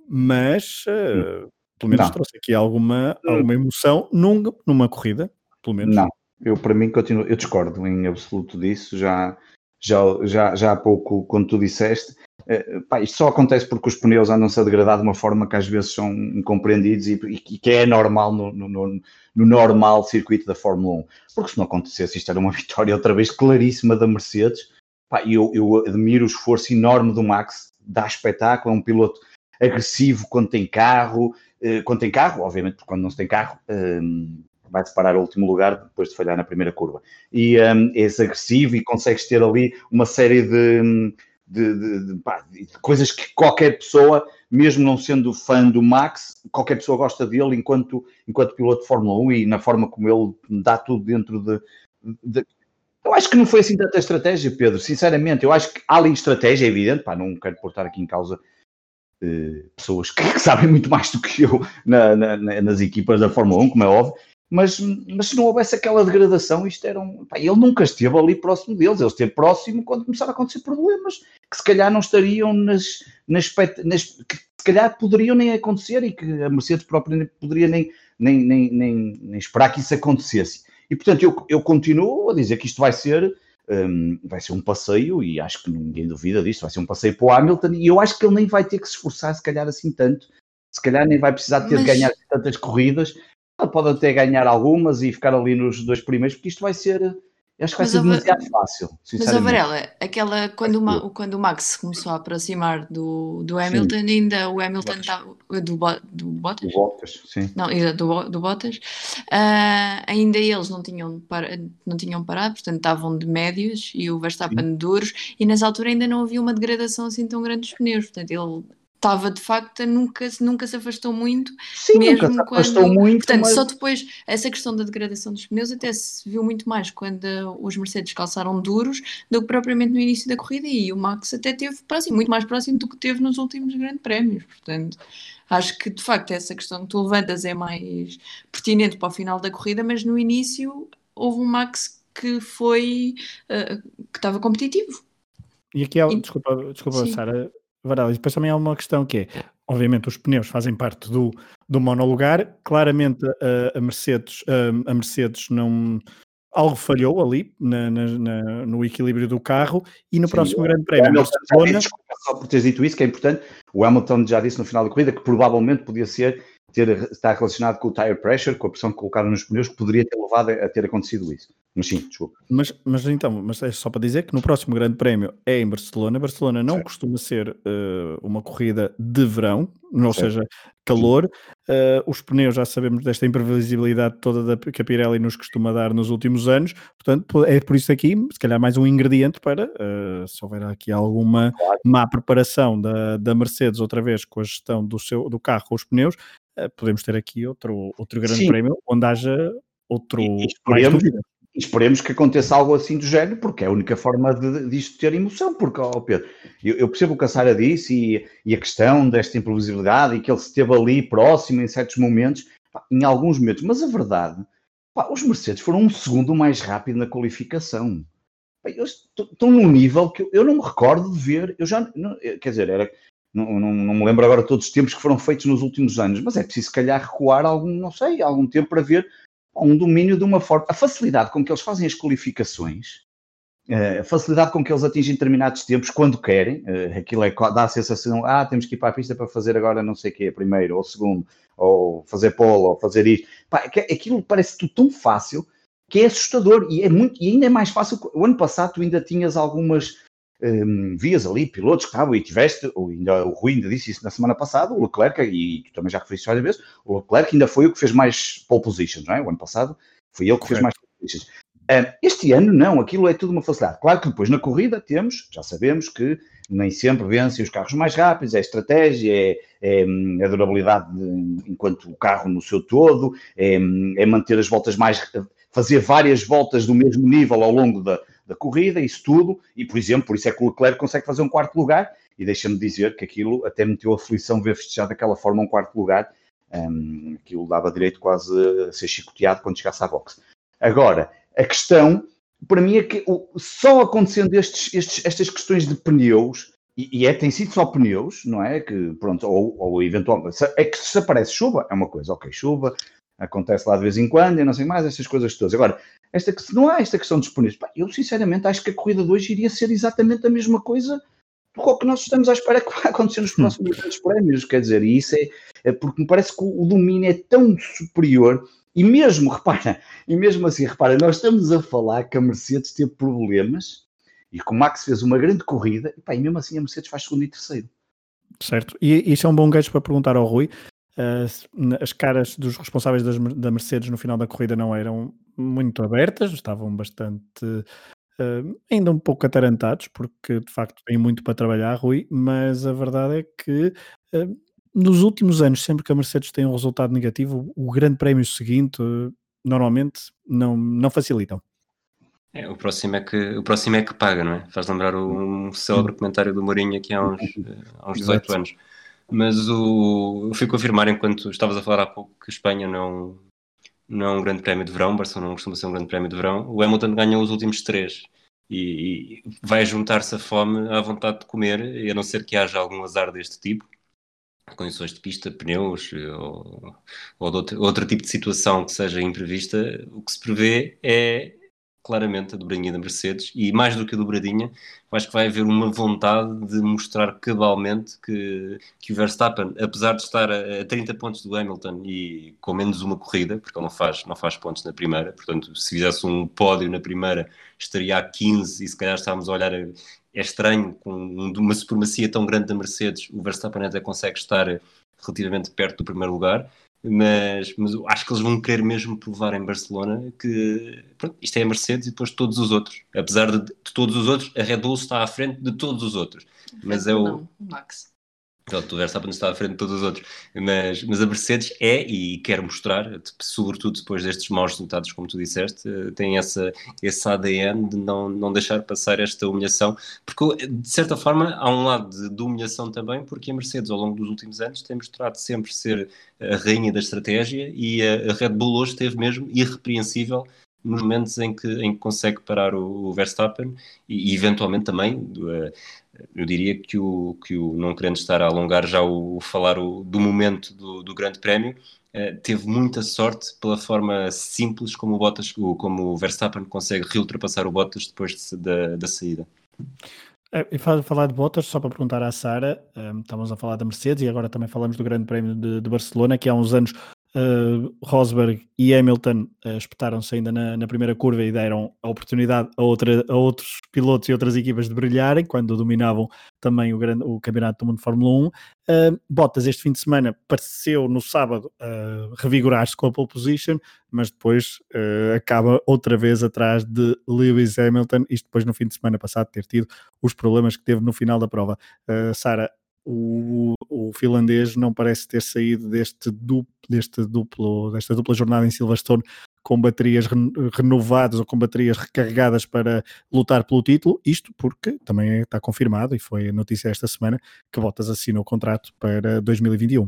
mas uh, pelo menos não. Trouxe aqui alguma, alguma emoção num, numa corrida, pelo menos. Não. Eu, para mim, continuo, eu discordo em absoluto disso, já, já, já, já há pouco, quando tu disseste, eh, pá, isto só acontece porque os pneus andam-se a degradar de uma forma que às vezes são incompreendidos e, e que é normal no, no, no normal circuito da Fórmula um, porque se não acontecesse isto era uma vitória outra vez claríssima da Mercedes, pá, eu, eu admiro o esforço enorme do Max, dá espetáculo, é um piloto agressivo quando tem carro, eh, quando tem carro, obviamente porque quando não se tem carro... Eh, vai-se parar ao último lugar depois de falhar na primeira curva. E um, és agressivo e consegues ter ali uma série de, de, de, de, pá, de coisas que qualquer pessoa, mesmo não sendo fã do Max, qualquer pessoa gosta dele enquanto, enquanto piloto de Fórmula um e na forma como ele dá tudo dentro de, de... Eu acho que não foi assim tanta estratégia, Pedro, sinceramente. Eu acho que há ali estratégia, é evidente, pá, não quero portar aqui em causa eh, pessoas que, que sabem muito mais do que eu na, na, nas equipas da Fórmula um, como é óbvio, mas, mas se não houvesse aquela degradação, isto era um... Pá, ele nunca esteve ali próximo deles, ele esteve próximo quando começaram a acontecer problemas que se calhar não estariam nas... nas, nas que se calhar poderiam nem acontecer e que a Mercedes própria nem poderia nem, nem, nem, nem, nem esperar que isso acontecesse. E, portanto, eu, eu continuo a dizer que isto vai ser, um, vai ser um passeio, e acho que ninguém duvida disto, vai ser um passeio para o Hamilton, e eu acho que ele nem vai ter que se esforçar, se calhar, assim tanto. Se calhar nem vai precisar ter Mas- de ganhar tantas corridas. Ele pode até ganhar algumas e ficar ali nos dois primeiros, porque isto vai ser, eu acho que vai Mas ser a Va- demasiado fácil, Mas, ó sinceramente. Varela, aquela, quando, o Ma- quando o Max começou a aproximar do, do Hamilton, ainda o Hamilton Bottas. estava. Do, Bo- do Bottas? O Bottas, sim. Não, exato, do, Bo- do Bottas. Ah, ainda eles não tinham, para, não tinham parado, portanto estavam de médios e o Verstappen de duros, e nessa altura ainda não havia uma degradação assim tão grande dos pneus, portanto ele estava de facto, a nunca, se- nunca se afastou muito, Sim, nunca mesmo se afastou quando. muito, Portanto, mas... só depois, essa questão da degradação dos pneus até se viu muito mais quando ah, os Mercedes calçaram duros do que propriamente no início da corrida, e o Max até teve próximo, muito mais próximo do que teve nos últimos grandes prémios, portanto. Acho que de facto essa questão que tu levantas é mais pertinente para o final da corrida, mas no início houve um Max que foi uh, que estava competitivo. E aqui há, E- desculpa, desculpa Sim. Sara Varela, e depois também há uma questão que é, obviamente os pneus fazem parte do, do monolugar, claramente a, a Mercedes, a, a Mercedes não, algo falhou ali na- na- na- no equilíbrio do carro, e no Sim, próximo o grande prémio em Hamilton já disse, Barcelona, desculpa só por teres dito isso, que é importante. O Hamilton já disse no final da corrida que provavelmente podia ser ter, estar relacionado com o tire pressure, com a pressão que colocaram nos pneus, que poderia ter levado a, a ter acontecido isso. Mas sim, desculpa. mas, mas então, mas é só para dizer que no próximo grande prémio é em Barcelona. Barcelona não Certo. costuma ser eh, uma corrida de verão, ou Certo. seja, calor. Eh, os pneus, já sabemos desta imprevisibilidade toda da, que a Pirelli nos costuma dar nos últimos anos, portanto é por isso aqui, se calhar mais um ingrediente para, eh, se houver aqui alguma Claro. má preparação da, da Mercedes outra vez com a gestão do, seu, do carro com os pneus, eh, podemos ter aqui outro, outro grande Sim. prémio onde haja outro E, e mais esperemos, dúvida. esperemos que aconteça algo assim do género, porque é a única forma de, disto ter emoção. Porque, ó Pedro, eu, eu percebo o que a Sara disse e, e a questão desta imprevisibilidade e que ele esteve ali próximo em certos momentos, pá, em alguns momentos, mas a verdade, pá, os Mercedes foram um segundo mais rápido na qualificação. Pá, eles estão num nível que eu, eu não me recordo de ver, eu já, não, quer dizer, era, não, não, não me lembro agora de todos os tempos que foram feitos nos últimos anos, mas é preciso, se calhar, recuar algum, não sei, algum tempo para ver um domínio de uma forma. A facilidade com que eles fazem as qualificações, a facilidade com que eles atingem determinados tempos quando querem, aquilo é, dá a sensação, ah, temos que ir para a pista para fazer agora não sei o quê, primeiro ou segundo, ou fazer pole, ou fazer isto. Pá, aquilo parece tudo tão fácil que é assustador e, é muito, e ainda é mais fácil. O ano passado tu ainda tinhas algumas um, vias ali, pilotos que estavam e tiveste, ou ainda, o Rui ainda disse isso na semana passada, o Leclerc, e tu também já referiste várias vezes, o Leclerc ainda foi o que fez mais pole positions, não é? O ano passado foi ele que Correto. fez mais pole positions. Um, este ano não, aquilo é tudo uma facilidade. Claro que depois na corrida temos, já sabemos que nem sempre vencem os carros mais rápidos, é estratégia, é, é, é a durabilidade de, enquanto o carro no seu todo, é, é manter as voltas mais, fazer várias voltas do mesmo nível ao longo da, da corrida, isso tudo, e por exemplo, por isso é que o Leclerc consegue fazer um quarto lugar, e deixa-me dizer que aquilo até meteu aflição ver festejar daquela forma um quarto lugar, um, aquilo dava direito quase a ser chicoteado quando chegasse à boxe. Agora, a questão, para mim, é que só acontecendo estes, estes, estas questões de pneus, e, e é, tem sido só pneus, não é? Que, pronto, ou, ou eventualmente, é que se aparece chuva, é uma coisa, ok, chuva, acontece lá de vez em quando, e não sei mais, essas coisas todas. Agora, esta, se não há esta questão dos pneus, pá, eu sinceramente acho que a corrida de hoje iria ser exatamente a mesma coisa do que nós estamos à espera que vai acontecer nos próximos grandes prémios, quer dizer, e isso é, é porque me parece que o, o domínio é tão superior. E mesmo, repara, e mesmo assim, repara, nós estamos a falar que a Mercedes teve problemas e que o Max fez uma grande corrida e, pá, e mesmo assim a Mercedes faz segundo e terceiro. Certo, e isso é um bom gancho para perguntar ao Rui. Uh, as caras dos responsáveis das, da Mercedes no final da corrida não eram muito abertas, estavam bastante uh, ainda um pouco atarantados, porque de facto têm muito para trabalhar, Rui, mas a verdade é que uh, nos últimos anos, sempre que a Mercedes tem um resultado negativo, o grande prémio seguinte uh, normalmente não, não facilitam. É, o próximo é que o próximo é que paga, não é? Faz lembrar um célebre comentário do Mourinho aqui há uns, há uns dezoito anos. Mas o, eu fui confirmar, enquanto estavas a falar há pouco, que Espanha não, não é um grande prémio de verão, Barcelona não costuma ser um grande prémio de verão. O Hamilton ganhou os últimos três e, e vai juntar-se a fome à vontade de comer, e a não ser que haja algum azar deste tipo, condições de pista, pneus ou, ou de outro, outro tipo de situação que seja imprevista. O que se prevê é claramente a dobradinha da Mercedes, e mais do que a dobradinha, eu acho que vai haver uma vontade de mostrar cabalmente que, que o Verstappen, apesar de estar a, a trinta pontos do Hamilton e com menos uma corrida, porque ele não faz, não faz pontos na primeira, portanto, se fizesse um pódio na primeira, estaria a quinze, e se calhar estávamos a olhar, é estranho, com uma supremacia tão grande da Mercedes, o Verstappen até consegue estar relativamente perto do primeiro lugar. Mas, mas acho que eles vão querer mesmo provar em Barcelona que pronto, isto é a Mercedes e depois todos os outros. Apesar de, de todos os outros, a Red Bull está à frente de todos os outros. Mas é o... Não, o Max. Pronto, o Verstappen está à frente de todos os outros. Mas, mas a Mercedes é, e quer mostrar, sobretudo depois destes maus resultados, como tu disseste, tem essa, esse A D N de não, não deixar passar esta humilhação. Porque, de certa forma, há um lado de, de humilhação também, porque a Mercedes, ao longo dos últimos anos, tem mostrado sempre ser a rainha da estratégia, e a, a Red Bull hoje esteve mesmo irrepreensível nos momentos em que, em que consegue parar o, o Verstappen e, e eventualmente também... Uh, eu diria que o, que o não querendo estar a alongar já o, o falar o, do momento do, do Grande Prémio, eh, teve muita sorte pela forma simples como o, Bottas, como o Verstappen consegue reultrapassar o Bottas depois de, da, da saída. É, e falar de Bottas, só para perguntar à Sara, um, estávamos a falar da Mercedes e agora também falamos do Grande Prémio de, de Barcelona, que há uns anos uh, Rosberg e Hamilton uh, espetaram-se ainda na, na primeira curva e deram a oportunidade a, outra, a outros pilotos e outras equipas de brilharem, quando dominavam também o, grande, o Campeonato do Mundo de Fórmula um. Uh, Bottas este fim de semana pareceu no sábado uh, revigorar-se com a pole position, mas depois uh, acaba outra vez atrás de Lewis Hamilton, isto depois no fim de semana passado ter tido os problemas que teve no final da prova. Uh, Sara, o, o finlandês não parece ter saído deste duplo, deste duplo, desta dupla jornada em Silverstone com baterias renovadas ou com baterias recarregadas para lutar pelo título, isto porque também está confirmado, e foi a notícia esta semana, que Bottas assinou o contrato para dois mil e vinte e um.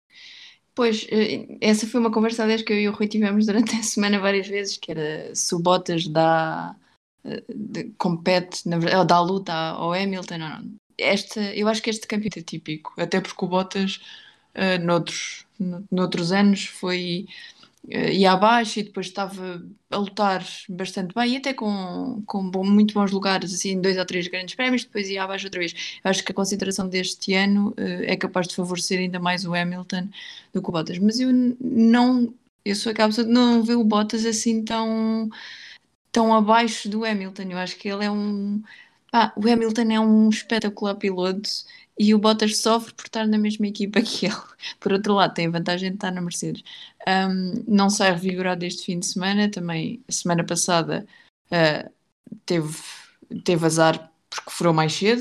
Pois, essa foi uma conversa, aliás, que eu e o Rui tivemos durante a semana várias vezes, que era se o Bottas dá, de, compete, na verdade, dá luta ao Hamilton ou não. Esta, eu acho que este campeonato é típico, até porque o Bottas, uh, noutros, noutros anos, foi... Uh, ia abaixo e depois estava a lutar bastante bem e até com, com bom, muito bons lugares, assim, dois ou três grandes prémios, depois ia abaixo outra vez. Eu acho que a consideração deste ano uh, é capaz de favorecer ainda mais o Hamilton do que o Bottas, mas eu não, eu sou aquela pessoa de não ver o Bottas assim tão, tão abaixo do Hamilton. Eu acho que ele é um... Ah, o Hamilton é um espetacular piloto e o Bottas sofre por estar na mesma equipa que ele. Por outro lado, tem a vantagem de estar na Mercedes. Um, não sai revigorado este fim de semana. Também, a semana passada, uh, teve, teve azar porque furou mais cedo.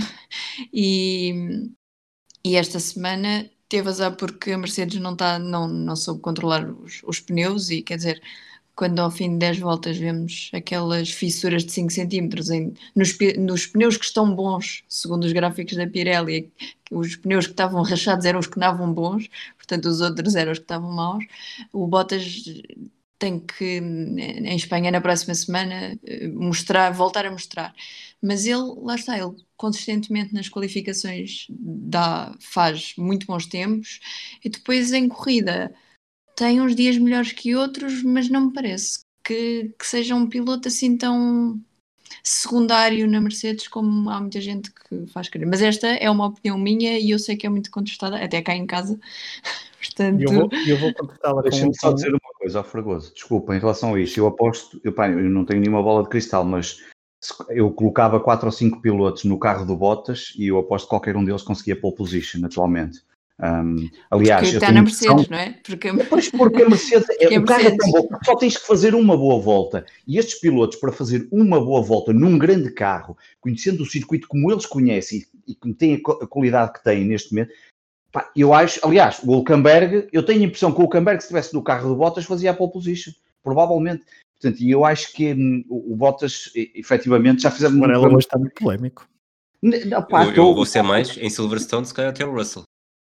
e, e esta semana teve azar porque a Mercedes não, tá, não, não soube controlar os, os pneus e, quer dizer... Quando ao fim de dez voltas vemos aquelas fissuras de cinco centímetros em, nos, nos pneus que estão bons, segundo os gráficos da Pirelli, os pneus que estavam rachados eram os que estavam bons, portanto os outros eram os que estavam maus. O Bottas tem que, em Espanha, na próxima semana, mostrar, voltar a mostrar. Mas ele, lá está, ele consistentemente nas qualificações dá, faz muito bons tempos e depois em corrida... tem uns dias melhores que outros, mas não me parece que, que seja um piloto assim tão secundário na Mercedes como há muita gente que faz querer. Mas esta é uma opinião minha e eu sei que é muito contestada, até cá em casa. Portanto... Eu vou, eu vou contestá-la com... Deixa-me só dizer uma coisa ao Fragoso. Desculpa, em relação a isto, eu aposto, eu, pá, eu não tenho nenhuma bola de cristal, mas eu colocava quatro ou cinco pilotos no carro do Bottas e eu aposto que qualquer um deles conseguia pole position atualmente. Um, aliás, porque eu está tenho na impressão... Mercedes, não é? Porque... Pois, porque a Mercedes, porque é, a o carro é Mercedes... tão bom, só tens que fazer uma boa volta. E estes pilotos, para fazer uma boa volta num grande carro, conhecendo o circuito como eles conhecem e, e que têm a, a qualidade que têm neste momento, pá, eu acho, aliás, o Hülkenberg, eu tenho a impressão que o Hülkenberg, se estivesse no carro do Bottas, fazia a pole position, provavelmente. Portanto, e eu acho que hum, o, o Bottas, e, efetivamente, já fizemos... Agora ela hoje está muito polémico. Não, pá, eu, eu tô... vou ser mais, em Silverstone, se calhar até o Russell.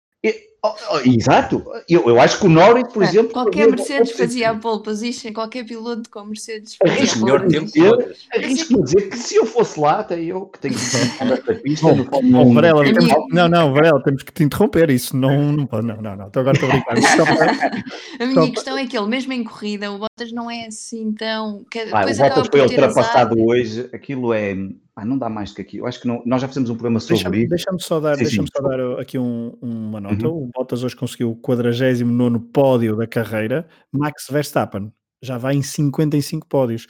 Oh, oh, exato, eu, eu acho que o Norris, por Ah, exemplo, qualquer Mercedes fazia a pole position, qualquer piloto com Mercedes fazia a pole position. Arrisco-me a dizer que se eu fosse lá, até eu que tenho esta pista Bom, no Fórmula bom, um. Varela, temos, Amigo. não, não, Varela, temos que te interromper. Isso não, não pode, não, não, não. Então agora estou a brincar. Só para- A minha só questão é que ele, mesmo em corrida, o Bottas não é assim tão. Que Pá, o depois acaba Bottas foi por ter azar. ultrapassado hoje, aquilo é. Pá, não dá mais do que aquilo. Eu acho que não, nós já fizemos um programa sobre Deixa-me isso. deixa-me só dar, Sim, deixa-me sim, só dar aqui um- uma nota. Uhum. O Bottas hoje conseguiu o quadragésimo nono pódio da carreira. Max Verstappen já vai em cinquenta e cinco pódios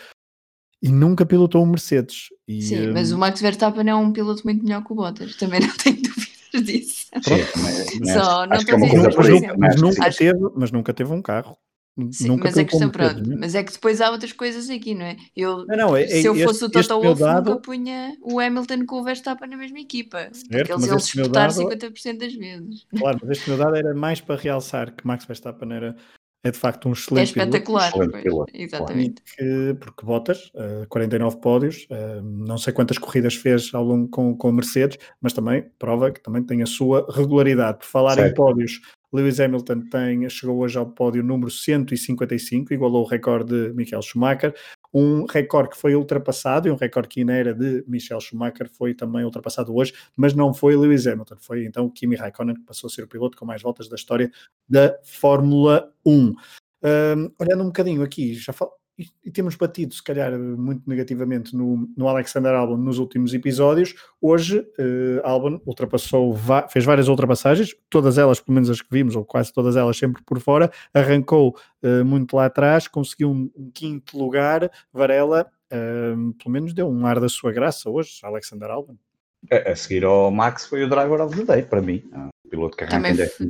e nunca pilotou um Mercedes. E, Sim, hum, mas o Max Verstappen é um piloto muito melhor que o Bottas, também não tenho dúvidas disso. Sim, também, Só, não acho que é estou a uma dizer coisa isso, por mas, por aí. nunca, exemplo. também mas acho que nunca sim. teve, mas nunca teve um carro. Sim, Nunca mas a pilotou um questão, Mercedes, pronto, né? mas é que depois há outras coisas aqui, não é? Eu, Não, não, é- se eu é fosse este- o este Toto meu Wolff, nunca dado- punha o Hamilton com o Verstappen na mesma equipa, porque Certo, eles mas iam se este meu espetar dado- cinquenta por cento das vezes. Claro, mas este meu dado era mais para realçar que Max Verstappen era, é de facto um É excelente piloto. espetacular, Excelente pois, piloto, E exatamente. que, porque Bottas, uh, quarenta e nove pódios, uh, não sei quantas corridas fez ao longo com, com a Mercedes, mas também prova que também tem a sua regularidade. Por falar Certo. em pódios, Lewis Hamilton tem, chegou hoje ao pódio número cento e cinquenta e cinco, igualou o recorde de Michael Schumacher, um recorde que foi ultrapassado, e um recorde que ainda era de Michael Schumacher foi também ultrapassado hoje, mas não foi Lewis Hamilton, foi então Kimi Raikkonen, que passou a ser o piloto com mais voltas da história da Fórmula um. Um, olhando um bocadinho aqui, já fal... e, e temos batido, se calhar, muito negativamente no, no Alexander Albon nos últimos episódios. Hoje, uh, Albon ultrapassou, fez várias ultrapassagens, todas elas, pelo menos as que vimos, ou quase todas elas, sempre por fora, arrancou uh, muito lá atrás, conseguiu um, um quinto lugar. Varela, uh, pelo menos deu um ar da sua graça hoje, Alexander Albon. A, a seguir ao Max foi o driver of the day, para mim. O piloto que arranca em décimo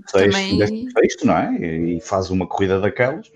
sexto, não é? E, e faz uma corrida daquelas.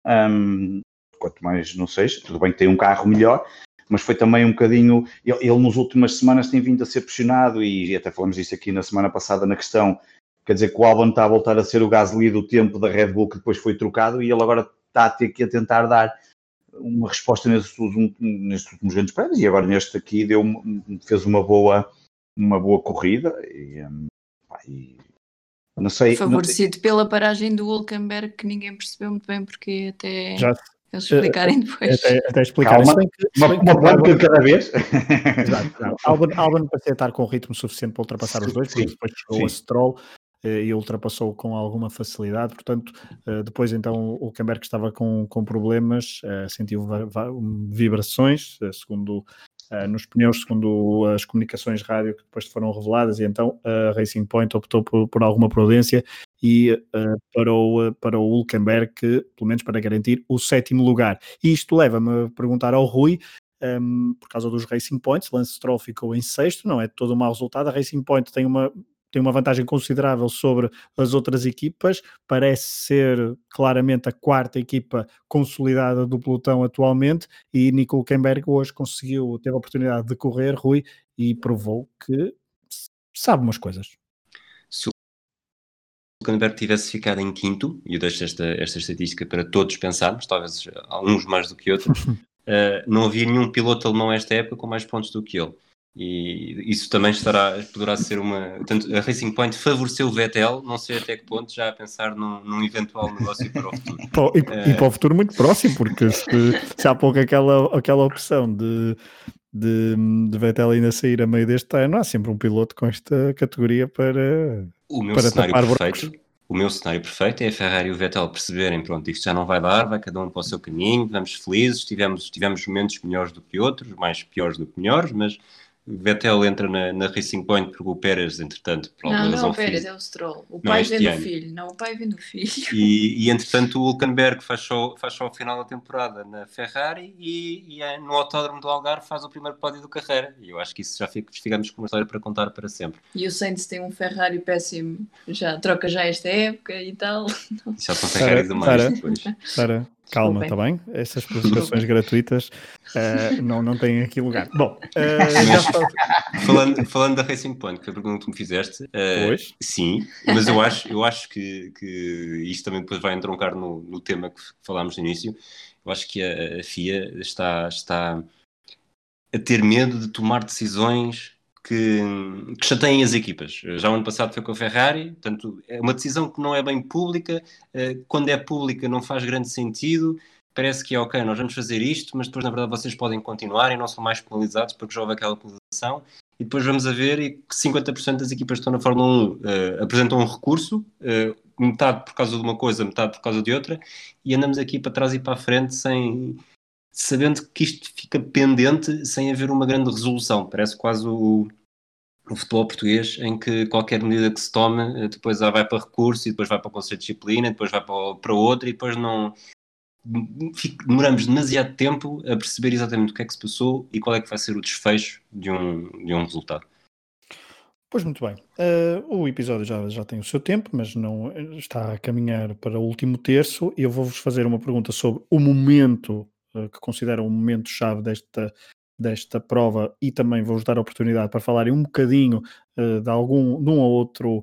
Um, quanto mais não seja, tudo bem que tem um carro melhor, mas foi também um bocadinho... Ele, ele nas últimas semanas tem vindo a ser pressionado, e até falamos disso aqui na semana passada na questão, quer dizer que o Albon está a voltar a ser o Gasly do tempo da Red Bull que depois foi trocado, e ele agora está a ter que a tentar dar uma resposta nestes, nestes últimos grandes prémios, e agora neste aqui deu, fez uma boa... uma boa corrida e, um, e não sei, favorecido não sei. pela paragem do Hülkenberg, que ninguém percebeu muito bem porque até Já, eles explicarem depois. Até, até explicarem. Calma, uma, uma planta cada vez. Exato. Albon, Albon parecia estar com ritmo suficiente para ultrapassar os dois, porque depois chegou a Stroll e ultrapassou com alguma facilidade, portanto depois então o Hülkenberg estava com, com problemas, sentiu vibrações, segundo Uh, nos pneus, segundo as comunicações rádio que depois foram reveladas, e então a Racing Point optou por, por alguma prudência e uh, parou, uh, para o Hülkenberg, que, pelo menos para garantir o sétimo lugar. E isto leva-me a perguntar ao Rui, um, por causa dos Racing Points, Lance Stroll ficou em sexto, não é todo um mau resultado, a Racing Point tem uma tem uma vantagem considerável sobre as outras equipas, parece ser claramente a quarta equipa consolidada do pelotão atualmente, e Nico Hülkenberg hoje conseguiu, teve a oportunidade de correr, Rui, e provou que sabe umas coisas. Se o Hülkenberg tivesse ficado em quinto, e eu deixo esta, esta estatística para todos pensarmos, talvez uns mais do que outros, uh, não havia nenhum piloto alemão esta época com mais pontos do que ele. E isso também estará, poderá ser uma... Portanto, a Racing Point favoreceu o Vettel, não sei até que ponto, já a pensar num, num eventual negócio para o futuro. e, uh... e para o futuro muito próximo, porque se, se há pouco aquela, aquela opção de, de, de Vettel ainda sair a meio deste ano, há sempre um piloto com esta categoria para, o meu para cenário tapar perfeito, buracos. O meu cenário perfeito é a Ferrari e o Vettel perceberem, pronto, isto já não vai dar, vai cada um para o seu caminho, vamos felizes, tivemos, tivemos momentos melhores do que outros, mais piores do que melhores, mas Vettel entra na, na Racing Point porque o Pérez, entretanto, por Não, alguma não é razão o Pérez, física. é o Stroll. O Não, pai este vem do ano. filho. Não, o pai vem do filho. E, e entretanto o Hülkenberg faz só, faz só o final da temporada na Ferrari e, e é no Autódromo do Algarve faz o primeiro pódio da carreira. E eu acho que isso já fica, ficamos com uma história para contar para sempre. E o Sainz tem um Ferrari péssimo. Já troca já esta época e tal. E já são Sara, Ferraris a mais Sara, depois. Sara, calma, está bem? Essas provocações gratuitas uh, não, não têm aqui lugar. Bom, uh, já fal- falando, falando da Racing Point, que foi a pergunta que tu me fizeste, uh, Pois. sim, mas eu acho, eu acho que, que isto também depois vai entroncar no, no tema que falámos no início. Eu acho que a, a F I A está, está a ter medo de tomar decisões que, que chateiem as equipas. Já o ano passado foi com a Ferrari, portanto, é uma decisão que não é bem pública. Quando é pública não faz grande sentido. Parece que é ok, nós vamos fazer isto, mas depois na verdade vocês podem continuar e não são mais penalizados porque já houve aquela penalização. E depois vamos a ver e cinquenta por cento das equipas que estão na Fórmula um uh, apresentam um recurso, uh, metade por causa de uma coisa, metade por causa de outra, e andamos aqui para trás e para a frente sem... sabendo que isto fica pendente sem haver uma grande resolução. Parece quase o, o futebol português, em que qualquer medida que se tome depois já vai para recurso e depois vai para o Conselho de Disciplina, depois vai para, para outro e depois não... demoramos demasiado tempo a perceber exatamente o que é que se passou e qual é que vai ser o desfecho de um, de um resultado. Pois muito bem. Uh, o episódio já, já tem o seu tempo, mas não está a caminhar para o último terço. Eu vou-vos fazer uma pergunta sobre o momento uh, que consideram o momento-chave desta, desta prova e também vou-vos dar a oportunidade para falarem um bocadinho uh, de algum, de um ou outro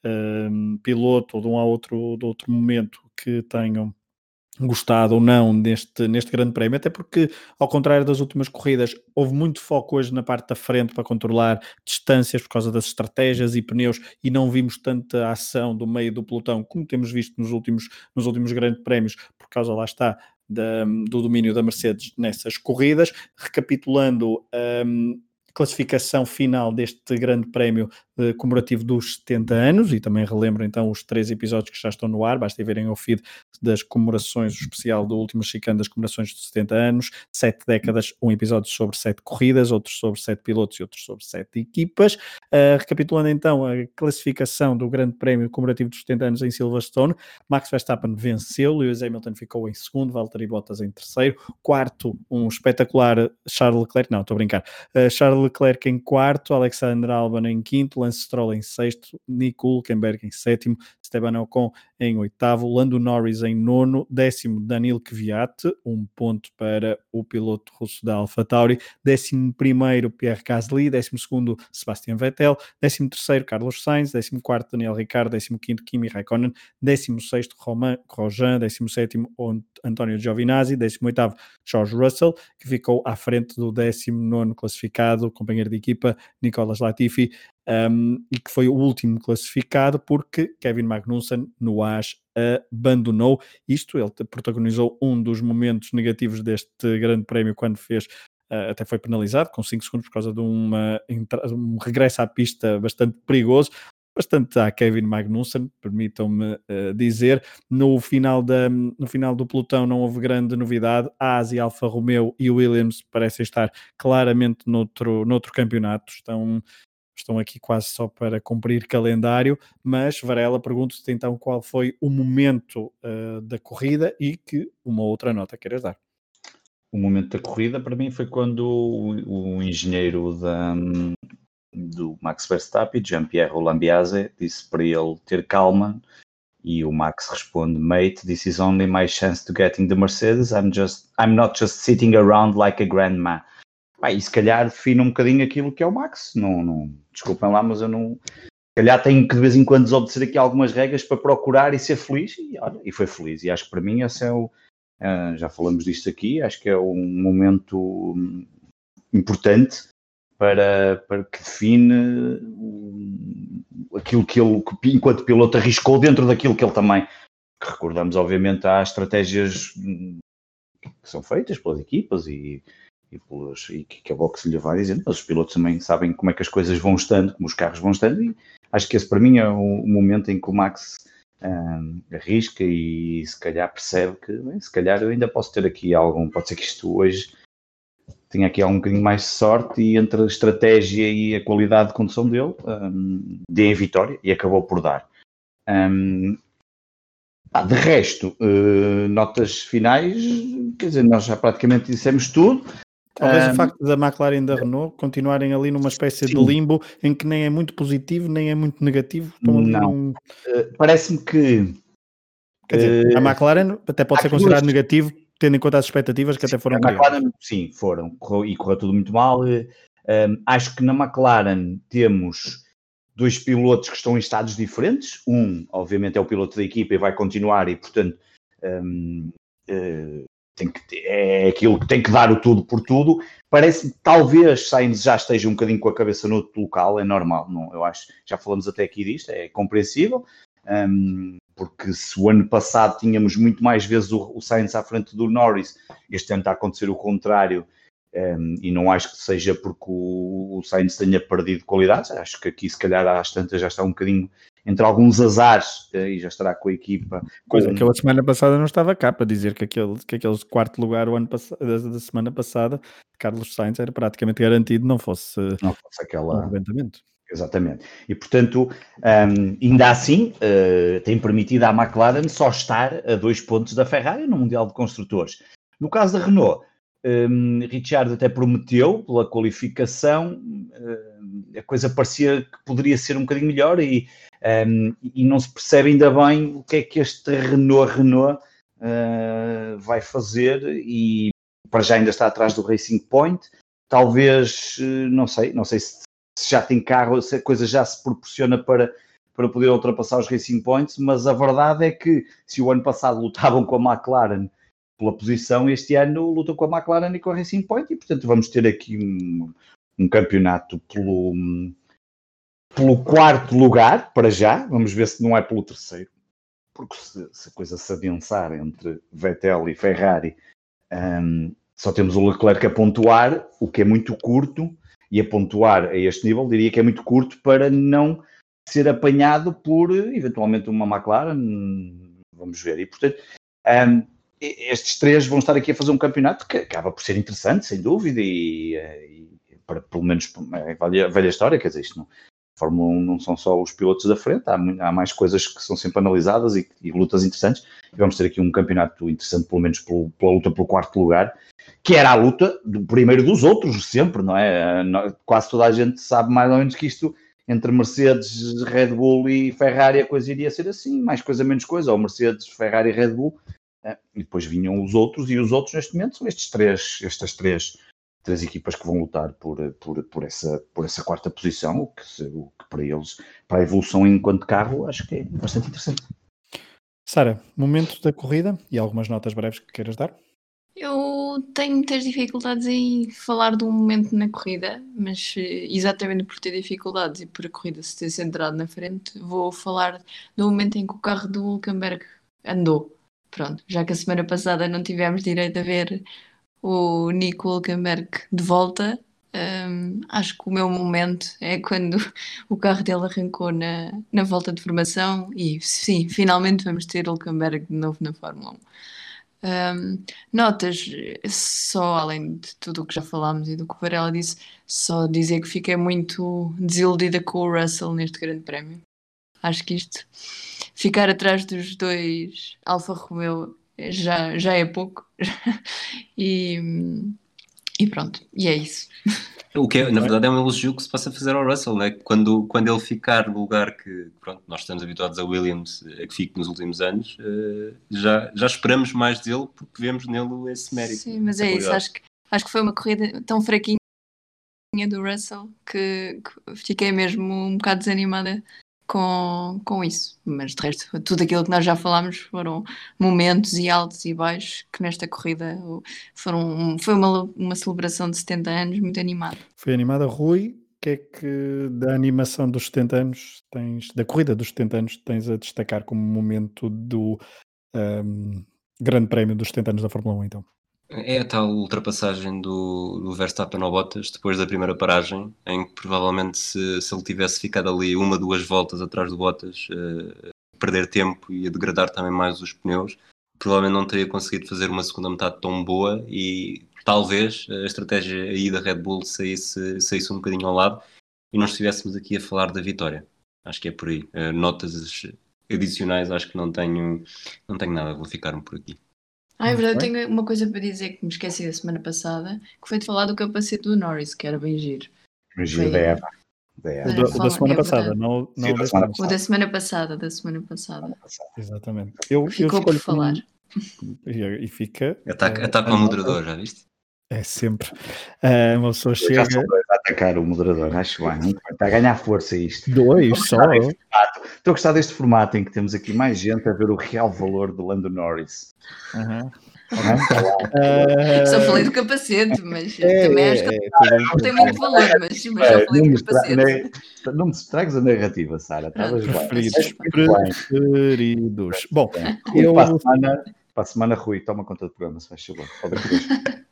uh, piloto ou de um ou outro, de outro momento que tenham gostado ou não neste, neste grande prémio, até porque, ao contrário das últimas corridas, houve muito foco hoje na parte da frente para controlar distâncias por causa das estratégias e pneus e não vimos tanta ação do meio do pelotão como temos visto nos últimos, nos últimos grandes prémios, por causa, lá está, da, do domínio da Mercedes nessas corridas. Recapitulando, um, classificação final deste grande prémio eh, comemorativo dos setenta anos, e também relembro então os três episódios que já estão no ar, basta verem o feed das comemorações, o especial do último chicane das comemorações dos setenta anos, sete décadas, um episódio sobre sete corridas, outros sobre sete pilotos e outros sobre sete equipas. Uh, recapitulando então a classificação do grande prémio comemorativo dos setenta anos em Silverstone, Max Verstappen venceu, Lewis Hamilton ficou em segundo, Valtteri Bottas em terceiro, quarto, um espetacular Charles Leclerc, não, estou a brincar, uh, Charles Leclerc em quarto, Alexander Albon em quinto, Lance Stroll em sexto, Nico Hülkenberg em sétimo, Esteban Ocon em oitavo, Lando Norris em nono, décimo Daniil Kvyat, um ponto para o piloto russo da AlphaTauri, décimo primeiro Pierre Gasly, décimo segundo Sebastian Vettel, décimo terceiro Carlos Sainz, décimo quarto Daniel Ricciardo, décimo quinto Kimi Raikkonen, décimo sexto Romain Grosjean, décimo sétimo António Giovinazzi, décimo oitavo George Russell, que ficou à frente do décimo nono classificado, companheiro de equipa Nicolas Latifi, um, e que foi o último classificado porque Kevin Magnussen no Haas abandonou. Isto, ele protagonizou um dos momentos negativos deste grande prémio quando fez, uh, até foi penalizado com cinco segundos por causa de uma, um regresso à pista bastante perigoso, bastante a Kevin Magnussen, permitam-me uh, dizer. No final, da, no final do pelotão não houve grande novidade. A Haas e Alfa Romeo e Williams parecem estar claramente noutro, noutro campeonato, estão, estão aqui quase só para cumprir calendário, mas Varela, pergunto-te então qual foi o momento uh, da corrida e que uma outra nota queiras dar. O momento da corrida para mim foi quando o, o engenheiro da... do Max Verstappen, Jean-Pierre Lambiase, disse para ele ter calma e o Max responde, mate, this is only my chance to get in the Mercedes, I'm, just, I'm not just sitting around like a grandma. Ah, e se calhar define um bocadinho aquilo que é o Max, não, não, desculpem lá, mas eu não, se calhar tenho que de vez em quando desobedecer aqui algumas regras para procurar e ser feliz, e olha, e foi feliz, e acho que para mim esse é o, uh, já falamos disto aqui, acho que é um momento importante para, para que define um, aquilo que ele, enquanto piloto, arriscou dentro daquilo que ele também, que recordamos, obviamente, há estratégias que são feitas pelas equipas e, e, pelos, e que a boxe lhe vai dizendo, mas os pilotos também sabem como é que as coisas vão estando, como os carros vão estando, e acho que esse para mim é o, o momento em que o Max um, arrisca e se calhar percebe que, bem, se calhar eu ainda posso ter aqui algum, pode ser que isto hoje tinha aqui um bocadinho mais de sorte e entre a estratégia e a qualidade de condução dele, um, deu a vitória e acabou por dar. Um, ah, de resto, uh, notas finais, quer dizer, nós já praticamente dissemos tudo. Talvez um, o facto da McLaren e da Renault continuarem ali numa espécie sim. de limbo em que nem é muito positivo, nem é muito negativo. Estão ali não, num... uh, parece-me que... Quer dizer, uh, a McLaren até pode ser considerado duas... negativo, tendo em conta as expectativas que sim, até foram a criadas. McLaren, sim, foram, correu, e correu tudo muito mal. Um, acho que na McLaren temos dois pilotos que estão em estados diferentes. Um, obviamente, é o piloto da equipa e vai continuar e, portanto, um, uh, tem que, é aquilo que tem que dar o tudo por tudo. Parece que talvez Sainz já esteja um bocadinho com a cabeça no outro local, é normal, não, eu acho, já falamos até aqui disto, é compreensível, um, porque se o ano passado tínhamos muito mais vezes o, o Sainz à frente do Norris, este ano está a acontecer o contrário, um, e não acho que seja porque o, o Sainz tenha perdido qualidades, acho que aqui se calhar às tantas já está um bocadinho entre alguns azares e já estará com a equipa. Coisa com... que a semana passada não estava cá para dizer que aquele, que aquele quarto lugar o ano pass- da, da semana passada Carlos Sainz era praticamente garantido, não fosse, não fosse aquela... um arrebentamento. Exatamente. E, portanto, um, ainda assim, uh, tem permitido à McLaren só estar a dois pontos da Ferrari no Mundial de Construtores. No caso da Renault, um, Ricciardo até prometeu, pela qualificação, uh, a coisa parecia que poderia ser um bocadinho melhor e, um, e não se percebe ainda bem o que é que este Renault Renault uh, vai fazer e para já ainda está atrás do Racing Point. Talvez, não sei, não sei se se já tem carro, se a coisa já se proporciona para, para poder ultrapassar os Racing Points, mas a verdade é que se o ano passado lutavam com a McLaren pela posição, este ano lutam com a McLaren e com a Racing Point e, portanto, vamos ter aqui um, um campeonato pelo, pelo quarto lugar, para já, vamos ver se não é pelo terceiro, porque se, se a coisa se adensar entre Vettel e Ferrari, um, só temos o Leclerc a pontuar, o que é muito curto, e a pontuar a este nível, diria que é muito curto para não ser apanhado por, eventualmente, uma McLaren, vamos ver. E, portanto, um, estes três vão estar aqui a fazer um campeonato que acaba por ser interessante, sem dúvida, e, e para, pelo menos, é velha, velha história, quer dizer, isto não, Fórmula um não são só os pilotos da frente, há, há mais coisas que são sempre analisadas e, e lutas interessantes, e vamos ter aqui um campeonato interessante, pelo menos pelo, pela luta pelo quarto lugar, que era a luta do primeiro dos outros, sempre, não é? Quase toda a gente sabe mais ou menos que isto, entre Mercedes, Red Bull e Ferrari, a coisa iria ser assim, mais coisa, menos coisa, ou Mercedes, Ferrari e Red Bull, e depois vinham os outros, e os outros neste momento são estes três, estas três, três equipas que vão lutar por, por, por, essa, por essa quarta posição, o que, o que para eles, para a evolução enquanto carro, acho que é bastante interessante. Sara, momento da corrida e algumas notas breves que queiras dar? Eu tenho muitas dificuldades em falar de um momento na corrida, mas exatamente por ter dificuldades e por a corrida se ter centrado na frente, vou falar do momento em que o carro do Hülkenberg andou. Pronto, já que a semana passada não tivemos direito a ver o Nico Hülkenberg de volta, um, acho que o meu momento é quando o carro dele arrancou na, na volta de formação e sim, finalmente vamos ter Hülkenberg de novo na Fórmula um. Um, notas, só além de tudo o que já falámos e do que o Varela disse, só dizer que fiquei muito desiludida com o Russell neste grande prémio. Acho que isto, ficar atrás dos dois Alfa Romeo já, já é pouco. e, e pronto, e é isso. O que é, na verdade, é um elogio que se possa fazer ao Russell, né? Quando, quando ele ficar no lugar que, pronto, nós estamos habituados a Williams, a que fique nos últimos anos, uh, já, já esperamos mais dele porque vemos nele esse mérito. Sim, mas é isso, acho que, acho que foi uma corrida tão fraquinha do Russell que, que fiquei mesmo um bocado desanimada com, com isso, mas de resto tudo aquilo que nós já falámos foram momentos e altos e baixos que nesta corrida foram, foi uma, uma celebração de setenta anos muito animada. Foi animada. Rui, o que é que da animação dos setenta anos tens, da corrida dos setenta anos tens a destacar como momento do um, grande prémio dos setenta anos da Fórmula um então? É a tal ultrapassagem do, do Verstappen ao Bottas depois da primeira paragem, em que provavelmente se, se ele tivesse ficado ali uma, duas voltas atrás do Bottas, uh, perder tempo e a degradar também mais os pneus, provavelmente não teria conseguido fazer uma segunda metade tão boa e talvez a estratégia aí da Red Bull saísse, saísse um bocadinho ao lado e não estivéssemos aqui a falar da vitória. Acho que é por aí. Uh, notas adicionais, acho que não tenho, não tenho nada, vou ficar-me por aqui. Ah, é verdade, tenho uma coisa para dizer que me esqueci da semana passada, que foi de falar do capacete do Norris, que era bem giro. O giro Foi- da Eva. Da O Eva. da, o da Fala- semana é passada, verdade. não, Sim, não da deste semana ano. O da semana passada, da semana passada. Exatamente. Eu, eu Ficou por escolho como- falar. E, e fica. Ataque, eh, ataque a ao nota. moderador, já viste? É sempre. Eh, uma pessoa Já chega. são dois a atacar o moderador, acho bem. Muito bem. Está a ganhar força isto. Dois só. Estou a gostar deste formato em que temos aqui mais gente a ver o real valor do Lando Norris. Aham. Não? Só Eh, falei do capacete, mas é, também acho que é, é, tudo não tem importante. muito valor, mas, mas É, já falei não, do me estra- capacete. ne- não me estragues a narrativa, Sara. Pronto. Estavas bem. Preferidos. Muito bem. Preferidos. Bom, E eu, para, a semana, para a semana, Rui, toma conta do programa, se faz favor. Pode acabar.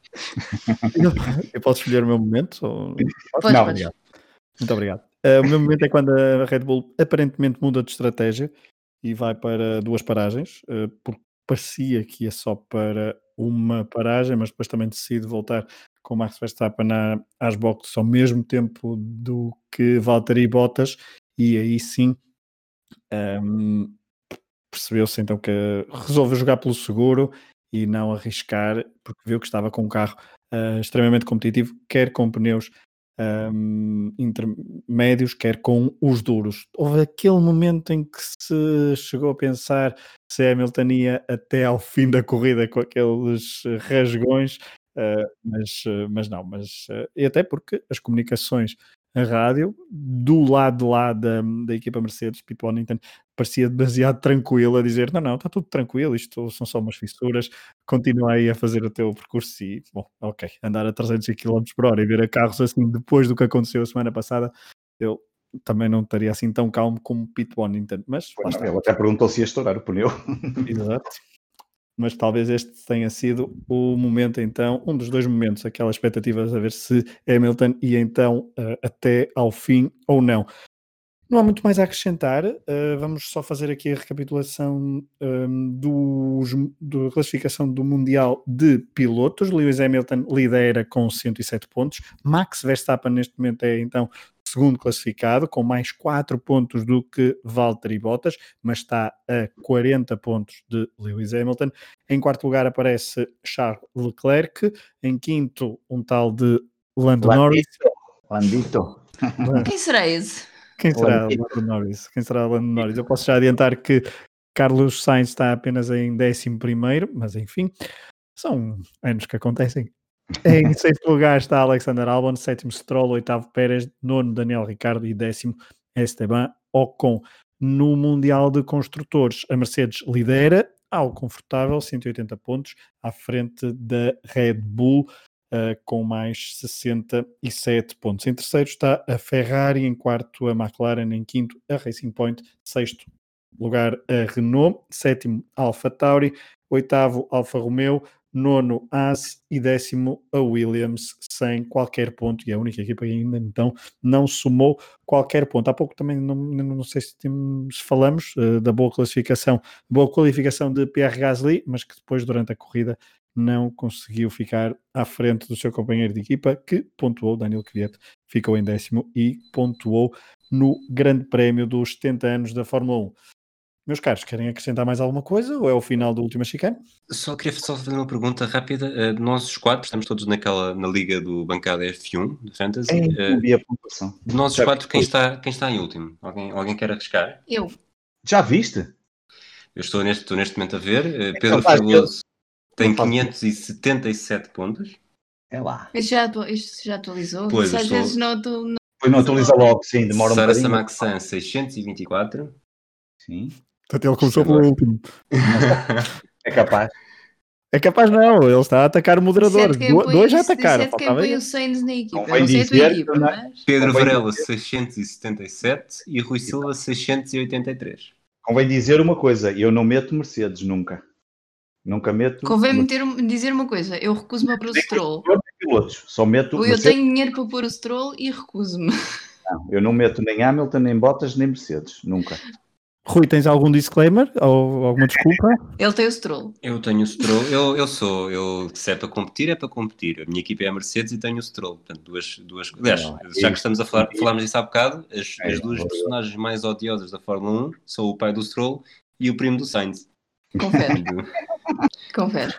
eu posso escolher o meu momento? Ou... Podes, Não, podes. Muito obrigado. Uh, o meu momento é quando a Red Bull aparentemente muda de estratégia e vai para duas paragens, uh, porque parecia que ia só para uma paragem, mas depois também decide voltar com o Max Verstappen na, às boxes ao mesmo tempo do que Valtteri Bottas, e aí sim um, percebeu-se então que resolveu jogar pelo seguro e não arriscar, porque viu que estava com um carro uh, extremamente competitivo, quer com pneus um, intermédios, quer com os duros. Houve aquele momento em que se chegou a pensar se Hamilton ia até ao fim da corrida com aqueles rasgões, uh, mas, uh, mas não, mas, uh, e até porque as comunicações a rádio, do lado de lá da, da equipa Mercedes, Pipo Newton, parecia demasiado tranquilo a dizer, não, não, está tudo tranquilo, isto são só umas fissuras, continua aí a fazer o teu percurso e, bom, ok, andar a trezentos quilómetros por hora e ver a carros assim depois do que aconteceu a semana passada, eu também não estaria assim tão calmo como Pete Bonington, mas lá está. Ele até perguntou se ia estourar o pneu. Exato. Mas talvez este tenha sido o momento então, um dos dois momentos, aquela expectativa a ver se Hamilton ia então uh, até ao fim ou não. Não há muito mais a acrescentar, uh, vamos só fazer aqui a recapitulação um, dos, da classificação do Mundial de Pilotos. Lewis Hamilton lidera com cento e sete pontos, Max Verstappen neste momento é então segundo classificado, com mais quatro pontos do que Valtteri Bottas, mas está a quarenta pontos de Lewis Hamilton. Em quarto lugar aparece Charles Leclerc, em quinto um tal de Lando Norris. Landito. Quem será esse? Quem será Lando Norris? Quem será Lando Norris? Eu posso já adiantar que Carlos Sainz está apenas em décimo primeiro, mas enfim, são anos que acontecem. Em sexto lugar está Alexander Albon, sétimo Stroll, oitavo Pérez, nono Daniel Ricciardo e décimo Esteban Ocon. No Mundial de Construtores, a Mercedes lidera, algo confortável, cento e oitenta pontos, à frente da Red Bull, uh, com mais sessenta e sete pontos. Em terceiro está a Ferrari, em quarto a McLaren, em quinto a Racing Point, sexto lugar a Renault, sétimo Alfa Tauri, oitavo Alfa Romeo, nono Haas e décimo a Williams, sem qualquer ponto, e a única equipa que ainda então não somou qualquer ponto. Há pouco também, não, não sei se temos, falamos uh, da boa classificação, boa qualificação de Pierre Gasly, mas que depois durante a corrida não conseguiu ficar à frente do seu companheiro de equipa, que pontuou, Daniel Kvyat ficou em décimo e pontuou no Grande Prémio dos setenta anos da Fórmula um. Meus caros, querem acrescentar mais alguma coisa ou é o final do último chicane? Só queria só fazer uma pergunta rápida. Uh, nós os quatro estamos todos naquela, na liga do bancada F um de Fantasy. É, uh, a pontuação. de nós os quatro, quem está, quem está em último? Alguém, alguém quer arriscar? Eu. Já viste? Eu estou neste, estou neste momento a ver. Uh, Pedro Então, faz Fragoso tem eu faço- quinhentos e setenta e sete pontos. É lá. Isto já, atu- isto já atualizou? Pois, Isso eu às estou- vezes não, tu, não... Depois não atualiza logo, sim, demora um Sara bocadinho. Samaxan seiscentos e vinte e quatro. Sim, Portanto, ele começou pelo Agora. último. é capaz. É capaz não, ele está a atacar o moderador. Isso é de quem Do, põe- dois já isso- atacaram. isso é de quem faltava põe eu. o Sainz na equipa. Convém Eu não sei a tua dizer equipa, que não- mas... Pedro Convém Varela dizer- seiscentos e setenta e sete e Rui Silva seiscentos e oitenta e três. Convém dizer uma coisa, eu não meto Mercedes nunca. Nunca meto. Convém Mercedes. meter, um- dizer uma coisa, eu recuso-me a pôr o Stroll. Pilotos, só meto Eu Mercedes. tenho dinheiro para pôr o Stroll e recuso-me. Não, eu não meto nem Hamilton, nem Bottas, nem Mercedes, nunca. Rui, tens algum disclaimer ou alguma desculpa? Ele tem o Stroll. Eu tenho o Stroll, eu, eu sou, eu, se é para competir, é para competir. A minha equipa é a Mercedes e tenho o Stroll. Portanto, duas, duas... Aliás, Não, é já que isso. estamos a falar, falámos disso há bocado, as, É, as duas é personagens mais odiosas da Fórmula um são o pai do Stroll e o primo do Sainz. Confere, Do- confere.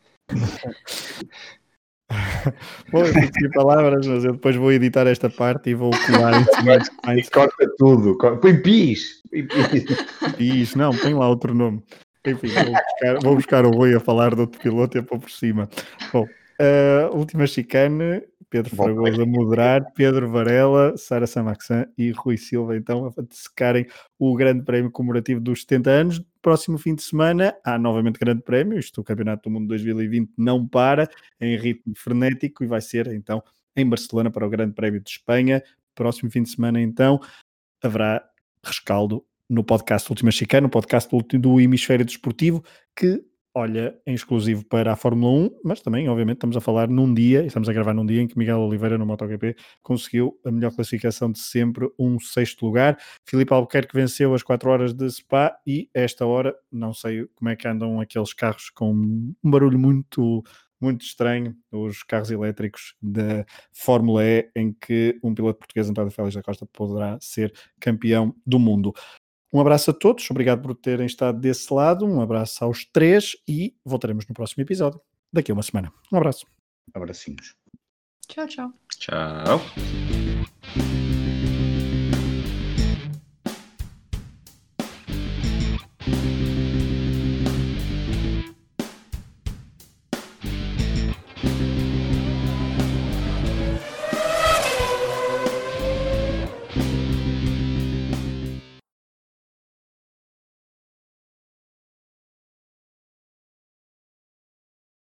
Bom, eu fico sem palavras, mas eu depois vou editar esta parte e vou colar em cima de E Sainz. corta tudo. co- Põe pis. Põe pis. Isso, não, põe lá outro nome. Enfim, vou buscar, vou buscar o Rui a falar de outro piloto e a pôr por cima. Bom, uh, última chicane, Pedro Bom, Fragoso a moderar, Pedro Varela, Sara Samaxan e Rui Silva, então, a secarem o grande prémio comemorativo dos setenta anos. Próximo fim de semana há novamente grande prémio, isto o Campeonato do Mundo dois mil e vinte não para, em ritmo frenético, e vai ser então em Barcelona para o Grande Prémio de Espanha. Próximo fim de semana então haverá rescaldo no podcast Última Chicane, no podcast do, do Hemisfério Desportivo, que olha em exclusivo para a Fórmula um, mas também, obviamente, estamos a falar num dia, estamos a gravar num dia em que Miguel Oliveira no MotoGP conseguiu a melhor classificação de sempre, um sexto lugar. Filipe Albuquerque venceu as quatro horas de Spa e a esta hora, não sei como é que andam aqueles carros com um barulho muito... muito estranho, os carros elétricos da Fórmula E, em que um piloto português, António Félix da Costa, poderá ser campeão do mundo. Um abraço a todos, obrigado por terem estado desse lado, um abraço aos três e voltaremos no próximo episódio, daqui a uma semana. Um abraço. Abracinhos. Tchau, tchau. Tchau.